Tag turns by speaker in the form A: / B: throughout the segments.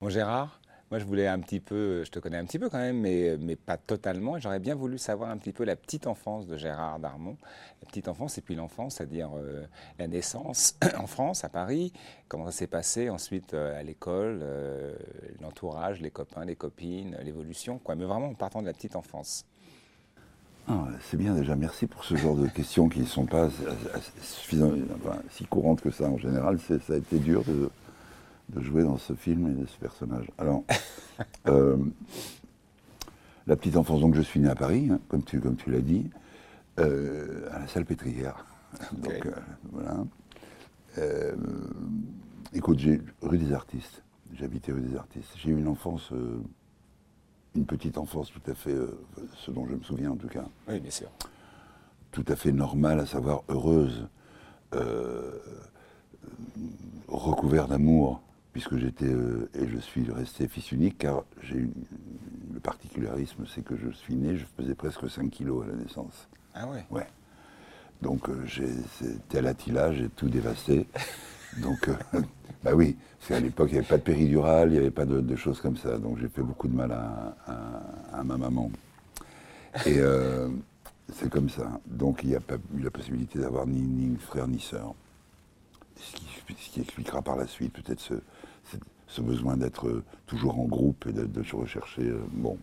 A: Bon, Gérard, moi je voulais un petit peu, je te connais un petit peu quand même, mais pas totalement. J'aurais bien voulu savoir un petit peu la petite enfance de Gérard Darmon. La petite enfance et puis l'enfance, c'est-à-dire la naissance en France, à Paris, comment ça s'est passé ensuite à l'école, l'entourage, les copains, les copines, l'évolution, quoi. Mais vraiment en partant de la petite enfance.
B: Ah, c'est bien déjà, merci pour ce genre de questions qui ne sont pas si courantes que ça en général. Ça a été dur de jouer dans ce film et de ce personnage. Alors, euh, la petite enfance, donc je suis né à Paris, hein, comme tu l'as dit, à la Salpêtrière. Donc
A: Ok.
B: voilà. Euh, Écoute, rue des Artistes, j'habitais rue des Artistes. J'ai eu une enfance, une petite enfance tout à fait, ce dont je me souviens en tout cas,
A: Oui, bien sûr.
B: tout à fait normale, à savoir heureuse, euh, recouvert d'amour, puisque j'étais et je suis resté fils unique, car le particularisme, c'est que je suis né, je faisais presque 5 kilos à la naissance.
A: Ah ouais.
B: Ouais. Donc c'était à l'attila, j'ai tout dévasté. Donc, bah oui, parce qu'à l'époque, il n'y avait pas de péridurale, il n'y avait pas de choses comme ça. Donc j'ai fait beaucoup de mal à ma maman. Et c'est comme ça. Donc il n'y a pas eu la possibilité d'avoir ni frère ni sœur. Ce qui expliquera par la suite peut-être ce besoin d'être toujours en groupe et de se rechercher. Bon.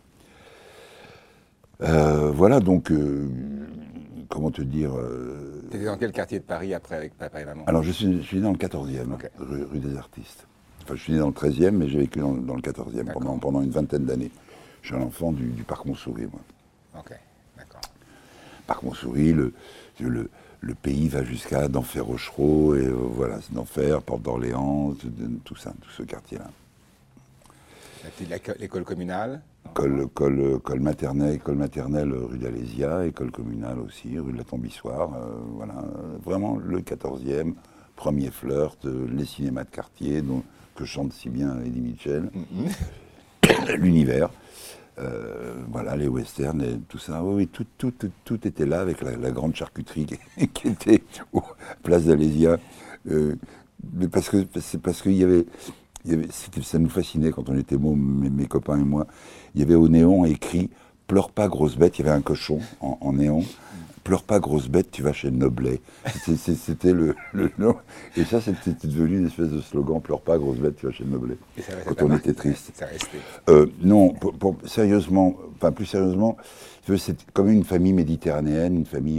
B: Voilà, donc, comment te dire
A: Tu étais dans quel quartier de Paris après avec papa et maman?
B: Alors, je suis né dans le 14e,
A: Ok.
B: rue des Artistes. Enfin, je suis né dans le 13e, mais j'ai vécu dans le 14e
A: D'accord.
B: pendant une vingtaine d'années. Je suis un enfant du parc Montsouris, moi.
A: Ok. D'accord.
B: Parc Montsouris, le pays va jusqu'à d'Enfer-Rochereau, et voilà, c'est d'Enfer, Porte d'Orléans, tout ça, tout ce quartier-là.
A: L'école communale?
B: École maternelle rue d'Alésia, école communale aussi, rue de la Tombissoire, voilà, vraiment le 14e, premier flirt, les cinémas de quartier, que chante si bien Eddie Mitchell,
A: Mhm.
B: l'univers, voilà, les westerns et tout ça. Oui, oui, tout était là avec la grande charcuterie qui était place d'Alésia. Euh, mais parce qu'il y avait, ça nous fascinait quand on était mômes, mes copains et moi. Il y avait au néon écrit "Pleure pas grosse bête", il y avait un cochon en néon. "Pleure pas grosse bête, tu vas chez Noblet". C'était le nom. Et ça, c'était devenu une espèce de slogan "Pleure pas grosse bête, tu vas chez Noblet",
A: Et ça
B: quand
A: t'a
B: on
A: marqué,
B: était triste.
A: ça resté.
B: Non, sérieusement, enfin plus sérieusement, c'est comme une famille méditerranéenne, une famille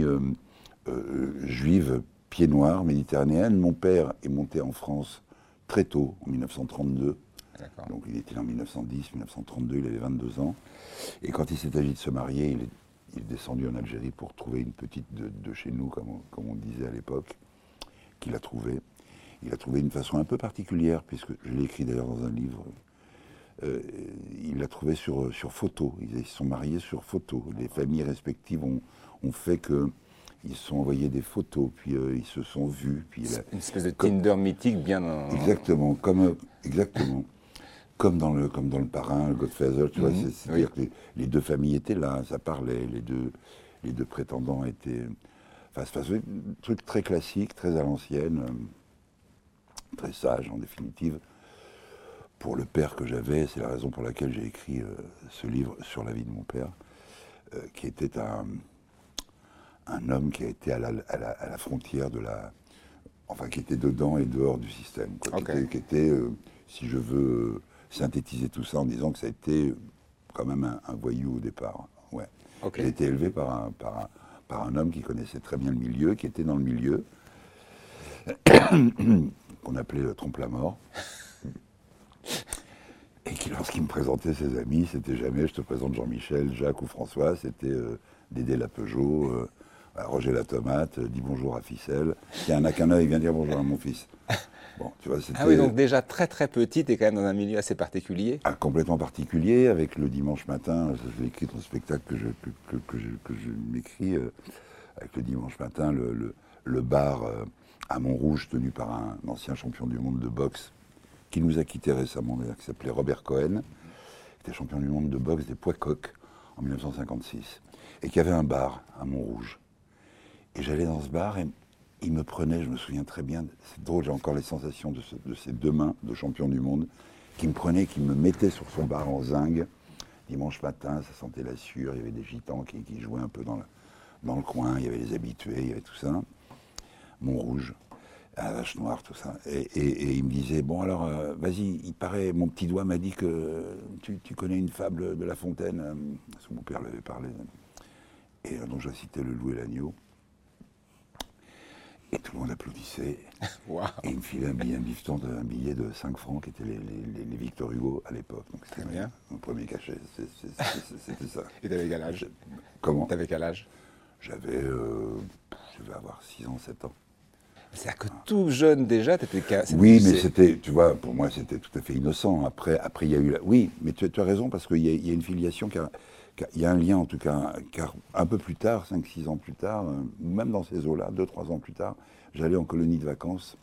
B: juive, pied noir, méditerranéenne. Mon père est monté en France très tôt, en 1932.
A: D'accord.
B: Donc il était là en 1910, 1932, il avait 22 ans. Et quand il s'est agi de se marier, il est descendu en Algérie pour trouver une petite de chez nous, comme on disait à l'époque, qu'il a trouvée. Il a trouvé d'une façon un peu particulière, puisque je l'ai écrit d'ailleurs dans un livre. Euh, il l'a trouvé sur photo. Ils se sont mariés sur photo. Les familles respectives ont fait que ils se sont envoyés des photos, puis ils se sont vus. Puis
A: Une espèce de
B: comme-
A: Tinder mythique bien dans...
B: exactement, exactement. Comme dans le parrain, le Godfather, tu vois,
A: Mhm. Oui.
B: c'est-à-dire que les deux familles étaient là, ça parlait, les deux prétendants étaient. Enfin, c'est un truc très classique, très à l'ancienne, très sage en définitive. Pour le père que j'avais, c'est la raison pour laquelle j'ai écrit ce livre sur la vie de mon père, qui était un homme qui a été à la frontière de la. Enfin, qui était dedans et dehors du système, quoi,
A: Ok.
B: qui était si je veux synthétiser tout ça en disant que ça a été quand même un voyou au départ. Ouais.
A: Ok.
B: J'ai été élevé par un homme qui connaissait très bien le milieu, qui était dans le milieu, qu'on appelait le trompe-la-mort, et qui, lorsqu'il me présentait ses amis, c'était jamais "je te présente Jean-Michel, Jacques ou François", c'était Dédé la Peugeot, Roger la Tomate, dis bonjour à Ficelle. Tiens, n'a qu'un œil, viens dire bonjour à mon fils. Bon, tu vois,
A: Ah oui,
B: c'était
A: donc déjà très très petite et quand même dans un milieu assez particulier.
B: complètement particulier, avec le dimanche matin, je l'ai écrit dans le spectacle que je m'écris, avec le dimanche matin, le bar à Montrouge, tenu par un ancien champion du monde de boxe, qui nous a quittés récemment, d'ailleurs, qui s'appelait Robert Cohen, qui était champion du monde de boxe des poids coqs en 1956, et qui avait un bar à Montrouge. Et j'allais dans ce bar et il me prenait, je me souviens très bien, c'est drôle, j'ai encore les sensations de ces deux mains de champion du monde, qui me prenait, qui me mettait sur son bar en zinc. Dimanche matin, ça sentait la sueur, il y avait des gitans qui jouaient un peu dans le coin, il y avait les habitués, il y avait tout ça. Montrouge, la Vache Noire, tout ça. Et il me disait, bon alors, vas-y, il paraît, mon petit doigt m'a dit que tu connais une fable de La Fontaine, parce que mon père l'avait parlé, et dont j'ai cité Le Loup et l'Agneau. Et tout le monde applaudissait.
A: Wow.
B: Et il me filait un billet de 5 francs, qui étaient les Victor Hugo à l'époque. Donc c'était
A: bien.
B: mon premier cachet, c'était ça.
A: Et t'avais quel âge?
B: Comment?
A: T'avais quel âge?
B: Je devais avoir 6 ans, 7 ans.
A: C'est-à-dire que tout jeune déjà,
B: Oui, mais c'était, tu vois, pour moi c'était tout à fait innocent. Après il y a eu... Oui, mais tu as raison, parce qu'il y a une filiation, il y a un lien en tout cas, car un peu plus tard, 5-6 ans plus tard, même dans ces eaux-là, 2-3 ans plus tard, j'allais en colonie de vacances.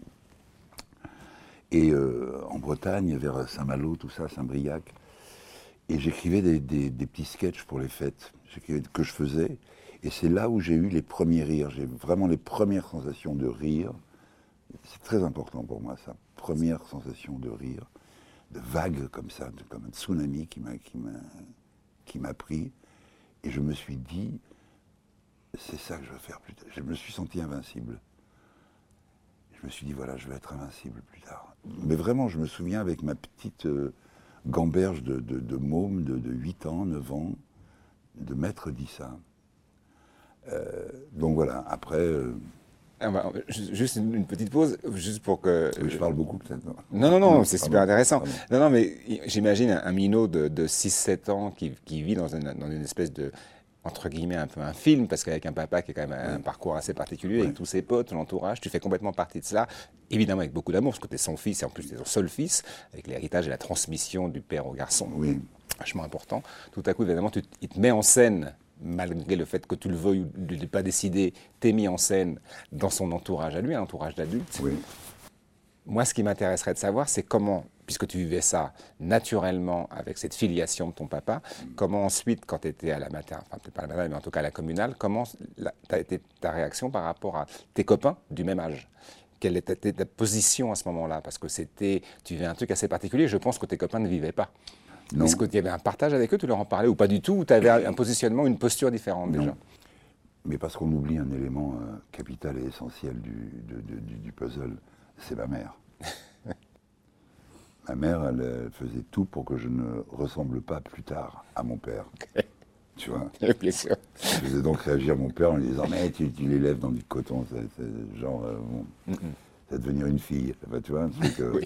B: Et en Bretagne, vers Saint-Malo, tout ça, Saint-Briac. Et j'écrivais des petits sketchs pour les fêtes que je faisais. Et c'est là où j'ai eu les premiers rires. J'ai vraiment les premières sensations de rire. C'est très important pour moi, ça. Première sensation de rire, de vague comme ça, comme un tsunami qui m'a pris. Et je me suis dit, c'est ça que je veux faire plus tard. Je me suis senti invincible. Je me suis dit, voilà, je vais être invincible plus tard. Mais vraiment, je me souviens avec ma petite gamberge de môme de 8 ans, 9 ans, de m'être dit ça. Donc voilà, après...
A: Juste une petite pause, juste pour que...
B: Oui, je parle beaucoup peut-être.
A: Non, c'est super intéressant.
B: Pardon.
A: Non, mais j'imagine un minot de 6-7 ans qui vit dans une espèce de, entre guillemets, un peu un film, parce qu'avec un papa qui a quand même un parcours assez particulier, avec tous ses potes, l'entourage, tu fais complètement partie de cela, évidemment avec beaucoup d'amour, parce que tu es son fils, et en plus tu es son seul fils, avec l'héritage et la transmission du père au garçon,
B: Oui.
A: vachement important. Tout à coup, évidemment, il te met en scène, malgré le fait que tu le veuilles ou ne l'aies pas décidé, t'es mis en scène dans son entourage à lui, un entourage d'adultes.
B: Oui.
A: Moi, ce qui m'intéresserait de savoir, c'est comment, puisque tu vivais ça naturellement avec cette filiation de ton papa, comment ensuite, quand tu étais à la maternelle, enfin peut-être pas à la maternelle, mais en tout cas à la communale, comment a été ta réaction par rapport à tes copains du même âge? Quelle était ta position à ce moment-là? Parce que tu vivais un truc assez particulier, je pense que tes copains ne vivaient pas.
B: Non.
A: Est-ce qu'il y avait un partage avec eux, tu leur en parlais ou pas du tout, ou tu avais un positionnement, une posture différente déjà?
B: Non. Mais parce qu'on oublie un élément capital et essentiel du puzzle, c'est ma mère. Ma mère, elle faisait tout pour que je ne ressemble pas plus tard à mon père.
A: Okay.
B: Tu vois?
A: Bien sûr.
B: Je faisais donc réagir mon père en lui disant, mais tu l'élèves dans du coton, c'est genre, bon, ça va devenir une fille. Enfin, tu vois, un truc,
A: Oui.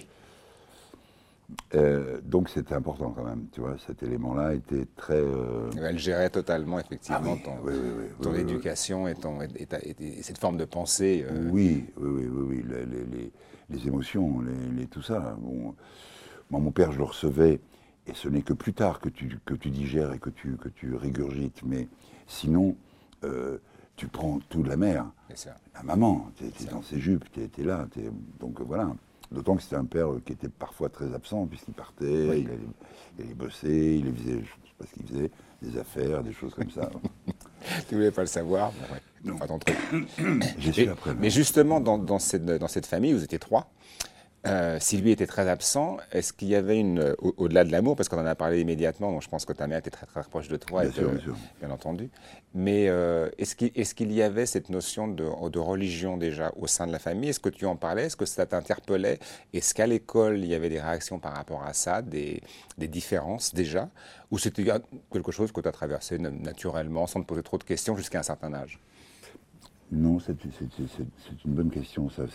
B: donc c'était important quand même, tu vois, cet élément-là était très...
A: Elle gérait totalement, effectivement, ton
B: oui,
A: éducation et cette forme de pensée.
B: Oui, les émotions, tout ça. Bon, moi, mon père, je le recevais, et ce n'est que plus tard que tu digères et que tu régurgites, mais sinon, tu prends tout de la mère. La maman, tu es dans ses jupes, tu es là, donc voilà. D'autant que c'était un père qui était parfois très absent, puisqu'il partait,
A: oui.
B: il allait bosser, il faisait, je ne sais pas ce qu'il faisait, des affaires, des choses comme ça.
A: Tu ne voulais pas le savoir?
B: Non.
A: Pas ton truc.
B: J'y suis après.
A: Mais justement, dans cette famille, vous étiez 3, si lui était très absent, est-ce qu'il y avait au-delà de l'amour, parce qu'on en a parlé immédiatement, donc je pense que ta mère était très très proche de toi,
B: bien sûr.
A: Bien entendu, mais est-ce qu'il y avait cette notion de religion déjà au sein de la famille? Est-ce que tu en parlais? Est-ce que ça t'interpellait? Est-ce qu'à l'école, il y avait des réactions par rapport à ça, des différences déjà? Ou c'était quelque chose que tu as traversé naturellement, sans te poser trop de questions, jusqu'à un certain âge?
B: Non, c'est une bonne question, ça.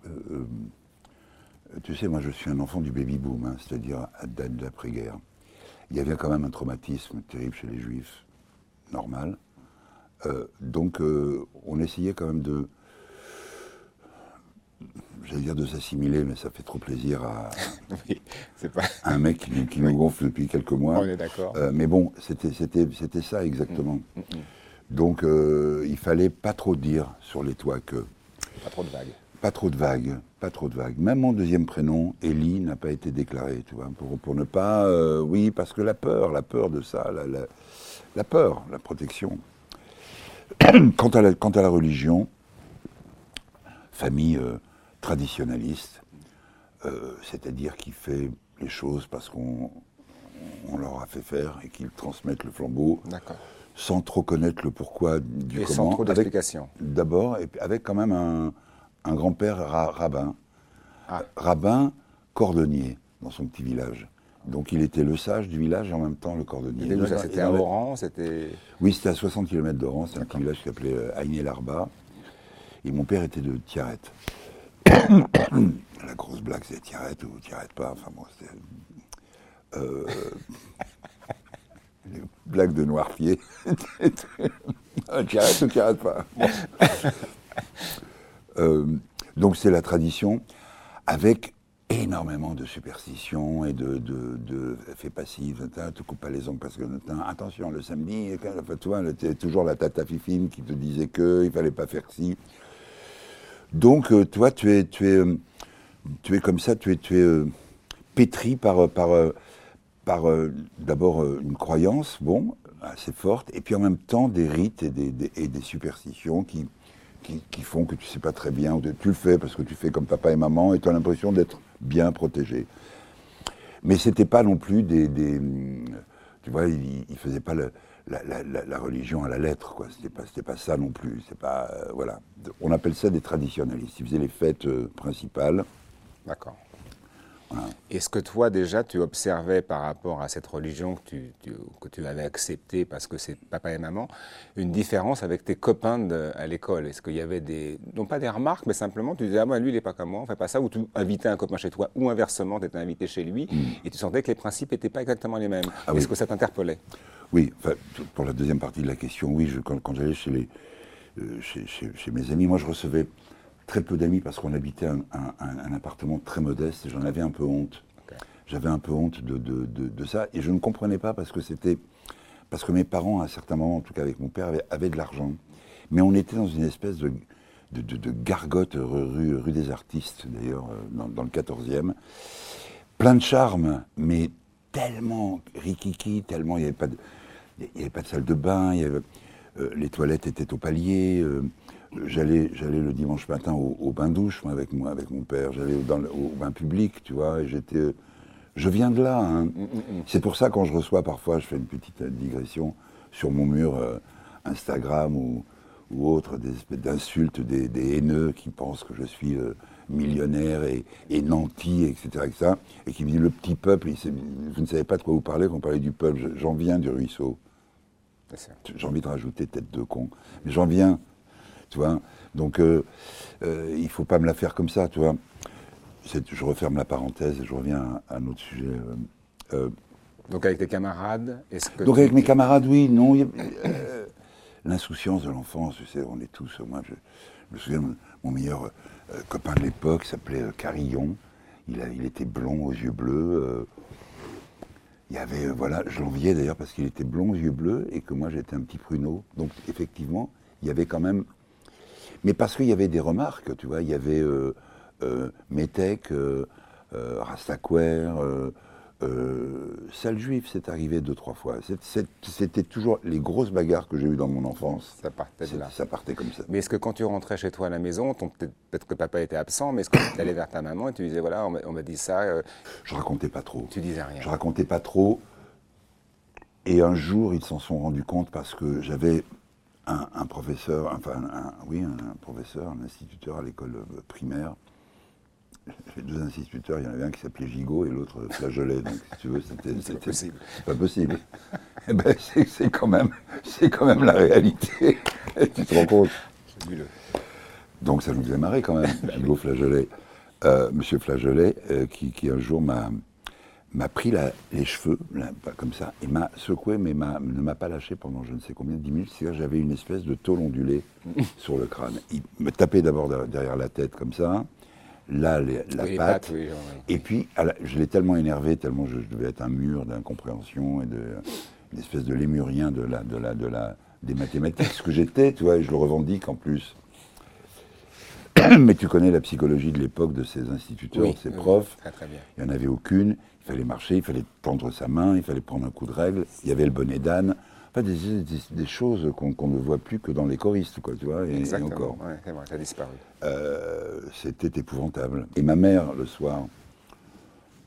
B: Tu sais, moi je suis un enfant du baby-boom, hein, c'est-à-dire à date de l'après-guerre. Il y avait quand même un traumatisme terrible chez les Juifs, normal. Donc on essayait quand même j'allais dire de s'assimiler, mais ça fait trop plaisir à un mec qui nous gonfle depuis quelques mois.
A: On est d'accord.
B: Mais bon, c'était ça exactement. Donc il fallait pas trop dire sur les toits que...
A: Pas trop de vagues.
B: Pas trop de vagues. Même mon deuxième prénom, Élie, n'a pas été déclaré, tu vois, pour ne pas... oui, parce que la peur de ça, la peur, la protection. Quant à la religion, famille traditionnaliste, c'est-à-dire qui fait les choses parce qu'on leur a fait faire et qu'ils transmettent le flambeau.
A: D'accord.
B: Sans trop connaître le pourquoi du
A: et
B: comment.
A: Sans trop d'explications.
B: D'abord, et avec quand même un grand-père rabbin. Rabbin cordonnier dans son petit village. Donc il était le sage du village et en même temps le cordonnier.
A: C'était où ça? C'était à Oran?
B: Oui, c'était à 60 km d'Oran. C'est un petit village qui s'appelait Aïn El Arba. Et mon père était de Tiaret. La grosse blague, c'est Tiaret ou Tiaret pas. Enfin bon, c'était... les blagues de Noirpied. Tiaret ou Tiaret pas. Bon. Donc c'est la tradition avec énormément de superstitions et de faits passifs. Tu coupes pas les ongles parce que attention, le samedi, tu vois, c'était toujours la tata fifine qui te disait qu'il fallait pas faire ci. Donc toi, tu es comme ça, tu es pétri par d'abord une croyance, bon, assez forte, et puis en même temps des rites et des superstitions qui font que tu ne sais pas très bien, ou tu le fais parce que tu fais comme papa et maman, et tu as l'impression d'être bien protégé. Mais ce n'était pas non plus tu vois, ils ne faisaient pas la religion à la lettre, quoi. C'était pas ça non plus. C'est pas, voilà. On appelle ça des traditionnalistes. Ils faisaient les fêtes principales.
A: D'accord.
B: Voilà.
A: Est-ce que toi, déjà, tu observais par rapport à cette religion que tu avais acceptée parce que c'est papa et maman, une différence avec tes copains à l'école? Est-ce qu'il y avait non pas des remarques, mais simplement tu disais, ah, moi, lui, il n'est pas comme moi, on ne fait pas ça, ou tu invitais un copain chez toi, ou inversement, tu étais invité chez lui, et tu sentais que les principes n'étaient pas exactement les mêmes.
B: Ah,
A: Est-ce
B: oui.
A: que ça t'interpellait?
B: Oui, enfin, pour la deuxième partie de la question, oui, quand j'allais chez mes amis, moi, je recevais très peu d'amis parce qu'on habitait un appartement très modeste et j'en avais un peu honte. Okay. J'avais un peu honte de ça et je ne comprenais pas parce que mes parents, à un certain moment, en tout cas avec mon père, avaient de l'argent. Mais on était dans une espèce de gargote rue des Artistes, d'ailleurs, dans le 14e. Plein de charme, mais tellement rikiki, tellement il n'y avait pas de salle de bain, les toilettes étaient au palier. J'allais le dimanche matin au bain-douche, avec mon père. J'allais au bain public, tu vois, et je viens de là. Hein. C'est pour ça, quand je reçois parfois, je fais une petite digression, sur mon mur Instagram ou autre, des espèces d'insultes, des haineux qui pensent que je suis millionnaire et nanti, etc., et qui me disent, le petit peuple, vous ne savez pas de quoi vous parlez quand vous parlez du peuple, j'en viens du ruisseau. J'ai envie de rajouter tête de con, mais j'en viens. Tu vois, donc il ne faut pas me la faire comme ça, tu vois. Je referme la parenthèse et je reviens à un autre sujet.
A: Donc avec tes camarades,
B: Donc avec mes camarades, oui, non. L'insouciance de l'enfance, tu sais, on est tous. Moi, je me souviens, mon meilleur copain de l'époque s'appelait Carillon. Il était blond aux yeux bleus. Il y avait, voilà, je l'enviais d'ailleurs parce qu'il était blond aux yeux bleus et que moi j'étais un petit pruneau. Donc effectivement, il y avait quand même. Mais parce qu'il y avait des remarques, tu vois, il y avait Métèque, Rastaquaire, sale juif, c'est arrivé 2-3 fois. C'était toujours les grosses bagarres que j'ai eues dans mon enfance.
A: Ça partait de là.
B: Ça partait comme ça.
A: Mais est-ce que quand tu rentrais chez toi à la maison, peut-être que papa était absent, mais est-ce que tu allais vers ta maman et tu disais, voilà, on m'a dit ça
B: Je racontais pas trop.
A: Tu disais rien.
B: Je racontais pas trop. Et un jour, ils s'en sont rendus compte parce que j'avais un professeur, un professeur, un instituteur à l'école primaire. J'avais 2 instituteurs, il y en avait un qui s'appelait Gigot et l'autre Flageolet. Donc, si tu veux, c'était
A: pas possible.
B: Pas possible. Eh ben, c'est quand même la réalité. Tu te rends compte? Donc ça nous faisait marrer quand même, Gigot Flageolet. Monsieur Flageolet, qui un jour m'a pris les cheveux, pas comme ça, et m'a secoué, mais ne m'a pas lâché pendant je ne sais combien, 10 minutes. C'est-à-dire j'avais une espèce de tôle ondulée sur le crâne. Il me tapait d'abord derrière la tête comme ça, là la patte,
A: oui,
B: et puis je l'ai tellement énervé, tellement je devais être un mur d'incompréhension et une espèce de lémurien des mathématiques, ce que j'étais, tu vois, et je le revendique en plus. Mais tu connais la psychologie de l'époque de ces instituteurs, de ces profs.
A: Très, très bien.
B: Il n'y en avait aucune. Il fallait marcher, il fallait tendre sa main, il fallait prendre un coup de règle. Il y avait le bonnet d'âne. Enfin, des choses qu'on ne voit plus que dans les choristes, quoi, tu vois. Et encore.
A: Ouais, c'est vrai, ça a disparu.
B: C'était épouvantable. Et ma mère, le soir,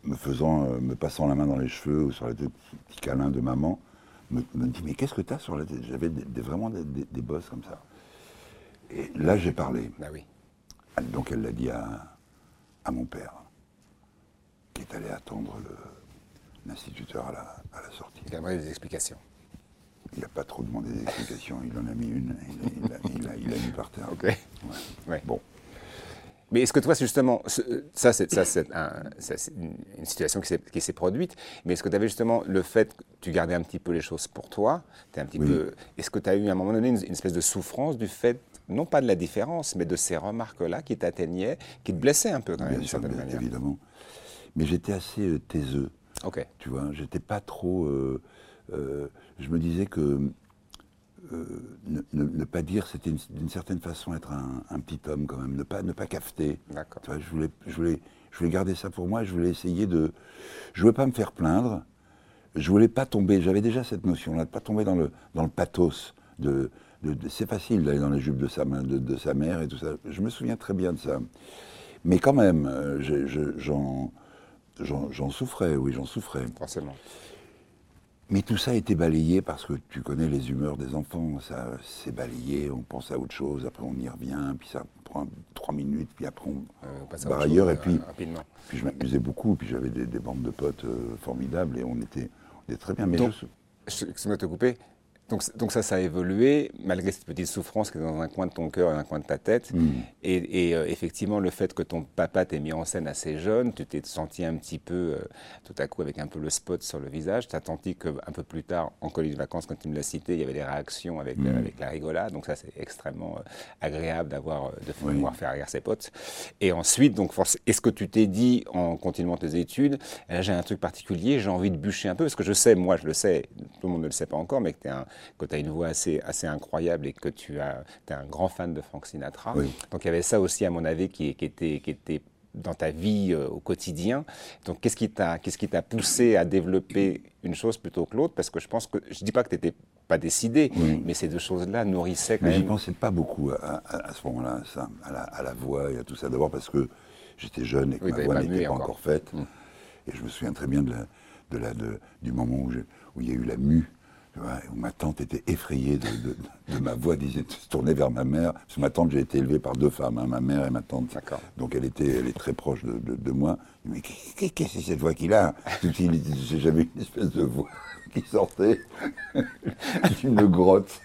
B: me passant la main dans les cheveux ou sur la tête, petit câlin de maman, me dit mais qu'est-ce que t'as sur la tête? J'avais vraiment des bosses comme ça. Et là j'ai parlé.
A: Bah oui.
B: Donc elle l'a dit à mon père, qui est allé attendre l'instituteur à la sortie.
A: Il aimerait des explications.
B: Il n'a pas trop demandé d'explications, il en a mis une, il l'a mis par terre.
A: Ok.
B: Ouais.
A: Ouais.
B: Bon.
A: Mais est-ce que toi, justement, ça c'est une situation qui s'est produite, mais est-ce que tu avais justement le fait que tu gardais un petit peu les choses pour toi, est-ce que tu as eu à un moment donné une espèce de souffrance du fait, non pas de la différence, mais de ces remarques-là qui t'atteignaient, qui te blessaient un peu quand même, d'une certaine manière?
B: Évidemment. Mais j'étais assez taiseux.
A: Ok.
B: Tu vois, j'étais pas trop... je me disais que ne pas dire, c'était d'une certaine façon être un petit homme quand même, ne pas cafeter.
A: D'accord.
B: Tu vois, je voulais garder ça pour moi, je voulais essayer de... Je voulais pas me faire plaindre, je voulais pas tomber, j'avais déjà cette notion-là, de pas tomber dans le pathos, c'est facile d'aller dans la jupe de sa mère et tout ça, je me souviens très bien de ça. Mais quand même, j'en souffrais, oui, j'en souffrais.
A: Forcément.
B: Mais tout ça a été balayé parce que tu connais les humeurs des enfants, ça c'est balayé, on pense à autre chose, après on y revient, puis ça prend 3 minutes, puis après on
A: passe à
B: part
A: autre
B: ailleurs,
A: chose,
B: et puis,
A: rapidement.
B: Puis je m'amusais beaucoup, puis j'avais des bandes de potes formidables et on était très bien. Mais
A: donc, excuse-moi de te couper. Donc ça a évolué, malgré cette petite souffrance qui est dans un coin de ton cœur et dans un coin de ta tête. Et effectivement, le fait que ton papa t'ait mis en scène assez jeune, tu t'es senti un petit peu, tout à coup, avec un peu le spot sur le visage. Tu as senti qu'un peu plus tard, en colonie de vacances, quand tu me l'as cité, il y avait des réactions avec la rigolade. Donc ça, c'est extrêmement agréable de pouvoir faire rire ses potes. Et ensuite, donc, est-ce que tu t'es dit, en continuant tes études, là, j'ai un truc particulier, j'ai envie de bûcher un peu? Parce que je sais, moi je le sais, tout le monde ne le sait pas encore, mais que tu as une voix assez incroyable et que tu es un grand fan de Frank Sinatra.
B: Oui.
A: Donc il y avait ça aussi, à mon avis, qui était dans ta vie au quotidien. Donc qu'est-ce qui t'a poussé à développer une chose plutôt que l'autre? Parce que je pense que, je ne dis pas que tu n'étais pas décidé, mais ces deux choses-là nourrissaient quand même.
B: Mais j'y pensais pas beaucoup à ce moment-là, à la voix et à tout ça. D'abord parce que j'étais jeune et que ma voix n'était pas encore faite. Et je me souviens très bien du moment où il y a eu la mue. Où ma tante était effrayée de ma voix, se tournait vers ma mère. Parce que ma tante, j'ai été élevé par 2 femmes, hein, ma mère et ma tante. Donc elle est très proche de moi. Mais qu'est-ce que c'est cette voix qu'il a? J'avais une espèce de voix qui sortait d'une grotte.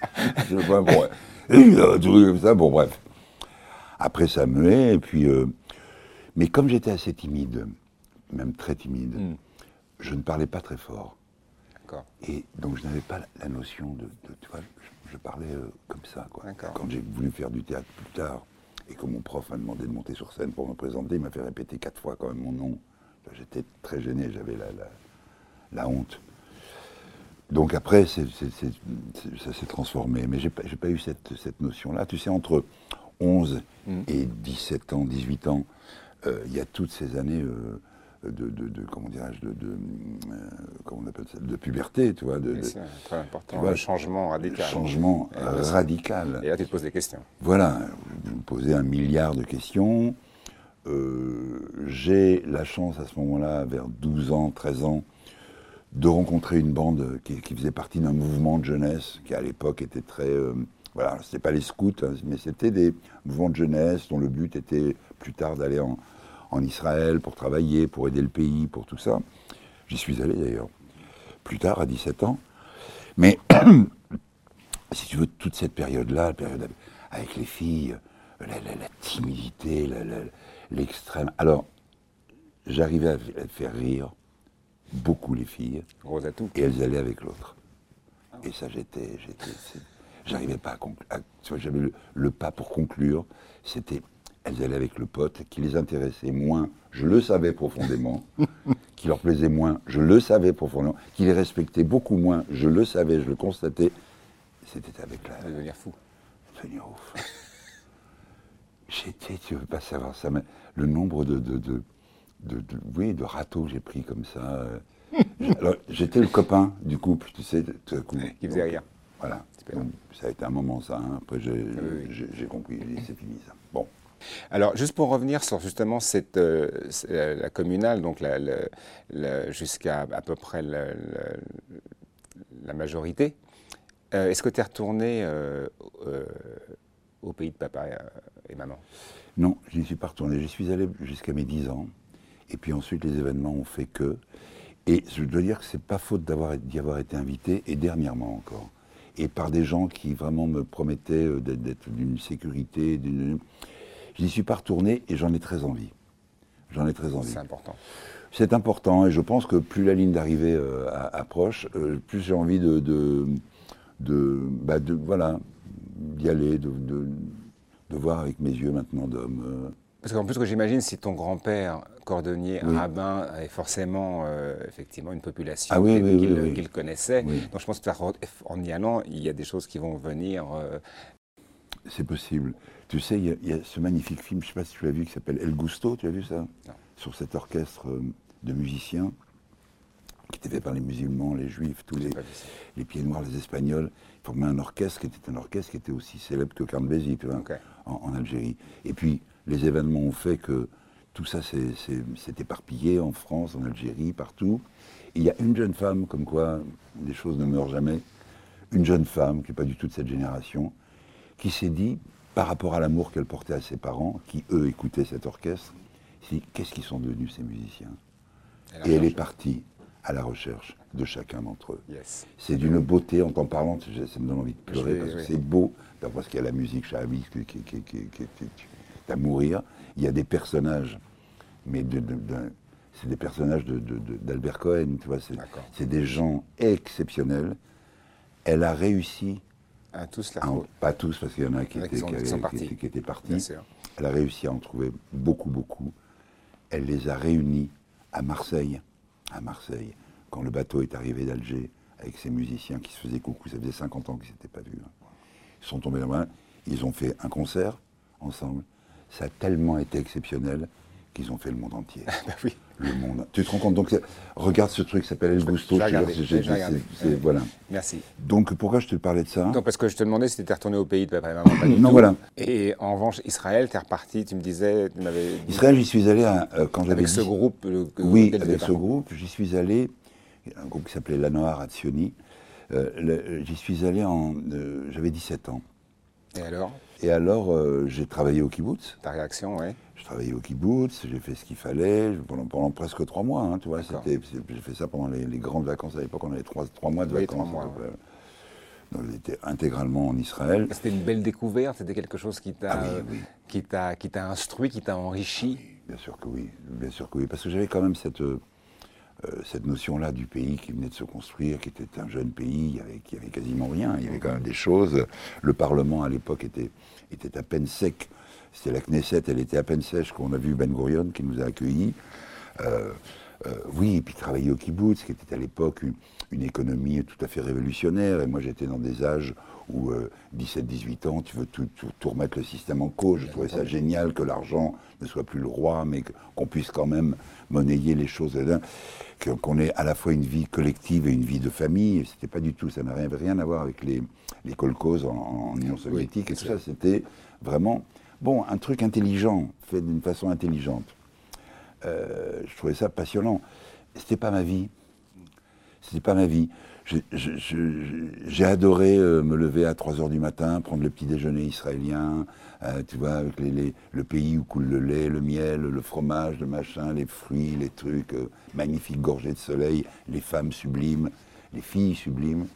B: Comme ça, bon bref. Après ça muait, et puis... mais comme j'étais assez timide, même très timide, je ne parlais pas très fort. Et donc je n'avais pas la notion tu vois, je parlais comme ça, quoi. Quand j'ai voulu faire du théâtre plus tard, et que mon prof m'a demandé de monter sur scène pour me présenter, il m'a fait répéter 4 fois quand même mon nom. J'étais très gêné, j'avais la honte. Donc après, ça s'est transformé, mais j'ai pas eu cette notion-là. Tu sais, entre 11 et 17 ans, 18 ans, il y a toutes ces années... comment dirais-je, comment on appelle ça, de puberté, tu vois.
A: C'est très important, le changement radical.
B: Changement radical.
A: Et là, tu te poses des questions.
B: Voilà, je me posais 1 milliard de questions. J'ai la chance, à ce moment-là, vers 12 ans, 13 ans, de rencontrer une bande qui faisait partie d'un mouvement de jeunesse, qui à l'époque était très... voilà, c'était pas les scouts, hein, mais c'était des mouvements de jeunesse dont le but était plus tard d'aller en Israël pour travailler, pour aider le pays, pour tout ça. J'y suis allé d'ailleurs, plus tard, à 17 ans. Mais, si tu veux, toute cette période-là, la période avec les filles, la timidité, l'extrême... Alors, j'arrivais à faire rire beaucoup les filles, et elles allaient avec l'autre. Et ça, j'arrivais pas à conclure. J'avais le pas pour conclure, c'était... Elles allaient avec le pote, qui les intéressait moins, je le savais profondément, qui leur plaisait moins, je le savais profondément, qui les respectait beaucoup moins, je le savais, je le constatais. C'était avec la...
A: Devenir fou.
B: Devenir ouf. Tu veux pas savoir ça, mais le nombre de râteaux que j'ai pris comme ça. Alors, j'étais le copain du couple, tu sais, tout à coup.
A: Qui faisait rire.
B: Voilà. Donc, ça a été un moment, ça. Hein. Après, j'ai compris, c'est fini, ça. Bon.
A: Alors, juste pour revenir sur justement la communale, donc jusqu'à à peu près la majorité, est-ce que tu es retourné au pays de papa et maman?
B: Non, je n'y suis pas retourné. J'y suis allé jusqu'à mes 10 ans. Et puis ensuite, les événements ont fait que... Et je dois dire que c'est pas faute d'y avoir été invité, et dernièrement encore. Et par des gens qui vraiment me promettaient d'être d'une sécurité. Je n'y suis pas retourné et j'en ai très envie. J'en ai très envie.
A: C'est important.
B: C'est important et je pense que plus la ligne d'arrivée approche, plus j'ai envie voilà, d'y aller, de voir avec mes yeux maintenant d'homme.
A: Parce qu'en plus, ce que j'imagine, si ton grand-père, cordonnier,
B: Oui.
A: rabbin, avait forcément effectivement une population
B: Ah oui,
A: qu'il connaissait.
B: Oui.
A: Donc je pense qu'en y allant, il y a des choses qui vont venir.
B: C'est possible. Tu sais, il y a ce magnifique film, je ne sais pas si tu l'as vu, qui s'appelle El Gusto, tu as vu ça?
A: Non.
B: Sur cet orchestre de musiciens, qui était fait par les musulmans, les juifs, tous les pieds noirs, les espagnols. Ils formaient un orchestre qui était aussi célèbre que Carl Bézi, tu vois,
A: Okay.
B: en Algérie. Et puis, les événements ont fait que tout ça s'est éparpillé en France, en Algérie, partout. Et il y a une jeune femme, comme quoi les choses ne meurent jamais, une jeune femme, qui n'est pas du tout de cette génération, qui s'est dit, par rapport à l'amour qu'elle portait à ses parents, qui eux écoutaient cet orchestre, s'est dit, qu'est-ce qu'ils sont devenus ces musiciens? Et elle est partie à la recherche de chacun d'entre eux.
A: Yes.
B: C'est d'une beauté, en t'en parlant, ça me donne envie de pleurer, parce que c'est beau, parce qu'il y a la musique Chahabi qui est à mourir. Il y a des personnages, mais c'est des personnages d'Albert Cohen, tu vois, c'est des gens exceptionnels. Elle a réussi, pas tous, parce qu'il y en a qui étaient partis, elle a réussi à en trouver beaucoup, beaucoup. Elle les a réunis à Marseille, quand le bateau est arrivé d'Alger, avec ces musiciens qui se faisaient coucou, ça faisait 50 ans qu'ils ne s'étaient pas vus. Ils sont tombés là-bas, ils ont fait un concert ensemble, ça a tellement été exceptionnel qu'ils ont fait le monde entier.
A: Oui.
B: Le monde. Tu te rends compte? Donc, regarde ce truc qui s'appelle El Gusto. Voilà.
A: Merci.
B: Donc, pourquoi je te parlais de ça?
A: Donc, parce que je te demandais si tu étais retourné au pays de papa et maman, pas du tout.
B: Voilà.
A: Et en revanche, Israël, tu es reparti, tu me disais...
B: Israël, j'y suis allé quand j'avais...
A: Avec ce groupe
B: Oui, avec ce groupe, j'y suis allé, un groupe qui s'appelait Lanoar Hatzioni. J'y suis allé j'avais 17 ans. Et alors, j'ai travaillé au kibbutz.
A: Ta réaction, oui.
B: Je travaillais au kibbutz, j'ai fait ce qu'il fallait pendant presque 3 mois. Hein, tu vois, j'ai fait ça pendant les grandes vacances. À l'époque, on avait 3 mois de vacances.
A: 3 mois, ouais.
B: Donc, j'étais intégralement en Israël.
A: C'était une belle découverte, c'était quelque chose qui t'a instruit, qui t'a enrichi.
B: Bien sûr que oui, parce que j'avais quand même cette notion-là du pays qui venait de se construire, qui était un jeune pays, qui avait quasiment rien. Il y avait quand même des choses. Le Parlement, à l'époque, était à peine sec. C'était la Knesset, elle était à peine sèche, qu'on a vu Ben Gurion qui nous a accueillis. Oui, et puis travailler au kibbutz, qui était à l'époque une économie tout à fait révolutionnaire. Et moi, j'étais dans des âges où 17-18 ans, tu veux tout remettre le système en cause. Je trouvais ça génial que l'argent ne soit plus le roi, mais qu'on puisse quand même monnayer les choses, qu'on ait à la fois une vie collective et une vie de famille. C'était pas du tout, ça n'avait rien à voir avec les kolkhozes en Union soviétique. Et tout ça, c'était vraiment un truc intelligent, fait d'une façon intelligente. Je trouvais ça passionnant. C'était pas ma vie. J'ai adoré me lever à 3h du matin, prendre le petit déjeuner israélien, tu vois, avec le pays où coule le lait, le miel, le fromage, le machin, les fruits, les trucs, magnifiques gorgées de soleil, les femmes sublimes, les filles sublimes.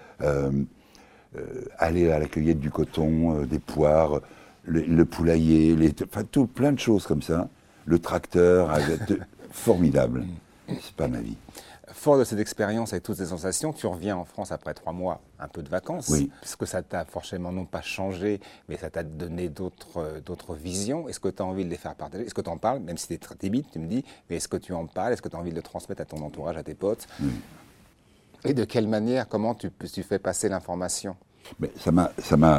B: Aller à la cueillette du coton, des poires, le poulailler, plein de choses comme ça. Le tracteur, formidable. C'est pas ma vie.
A: Fort de cette expérience avec toutes ces sensations, tu reviens en France après 3 mois, un peu de vacances.
B: Oui.
A: Parce que ça t'a forcément non pas changé, mais ça t'a donné d'autres visions. Est-ce que tu as envie de les faire partager? Est-ce que tu en parles, même si tu es très timide, tu me dis, mais est-ce que tu en parles? Est-ce que tu as envie de le transmettre à ton entourage, à tes potes? Et de quelle manière, comment tu fais passer l'information?
B: Mais ça m'a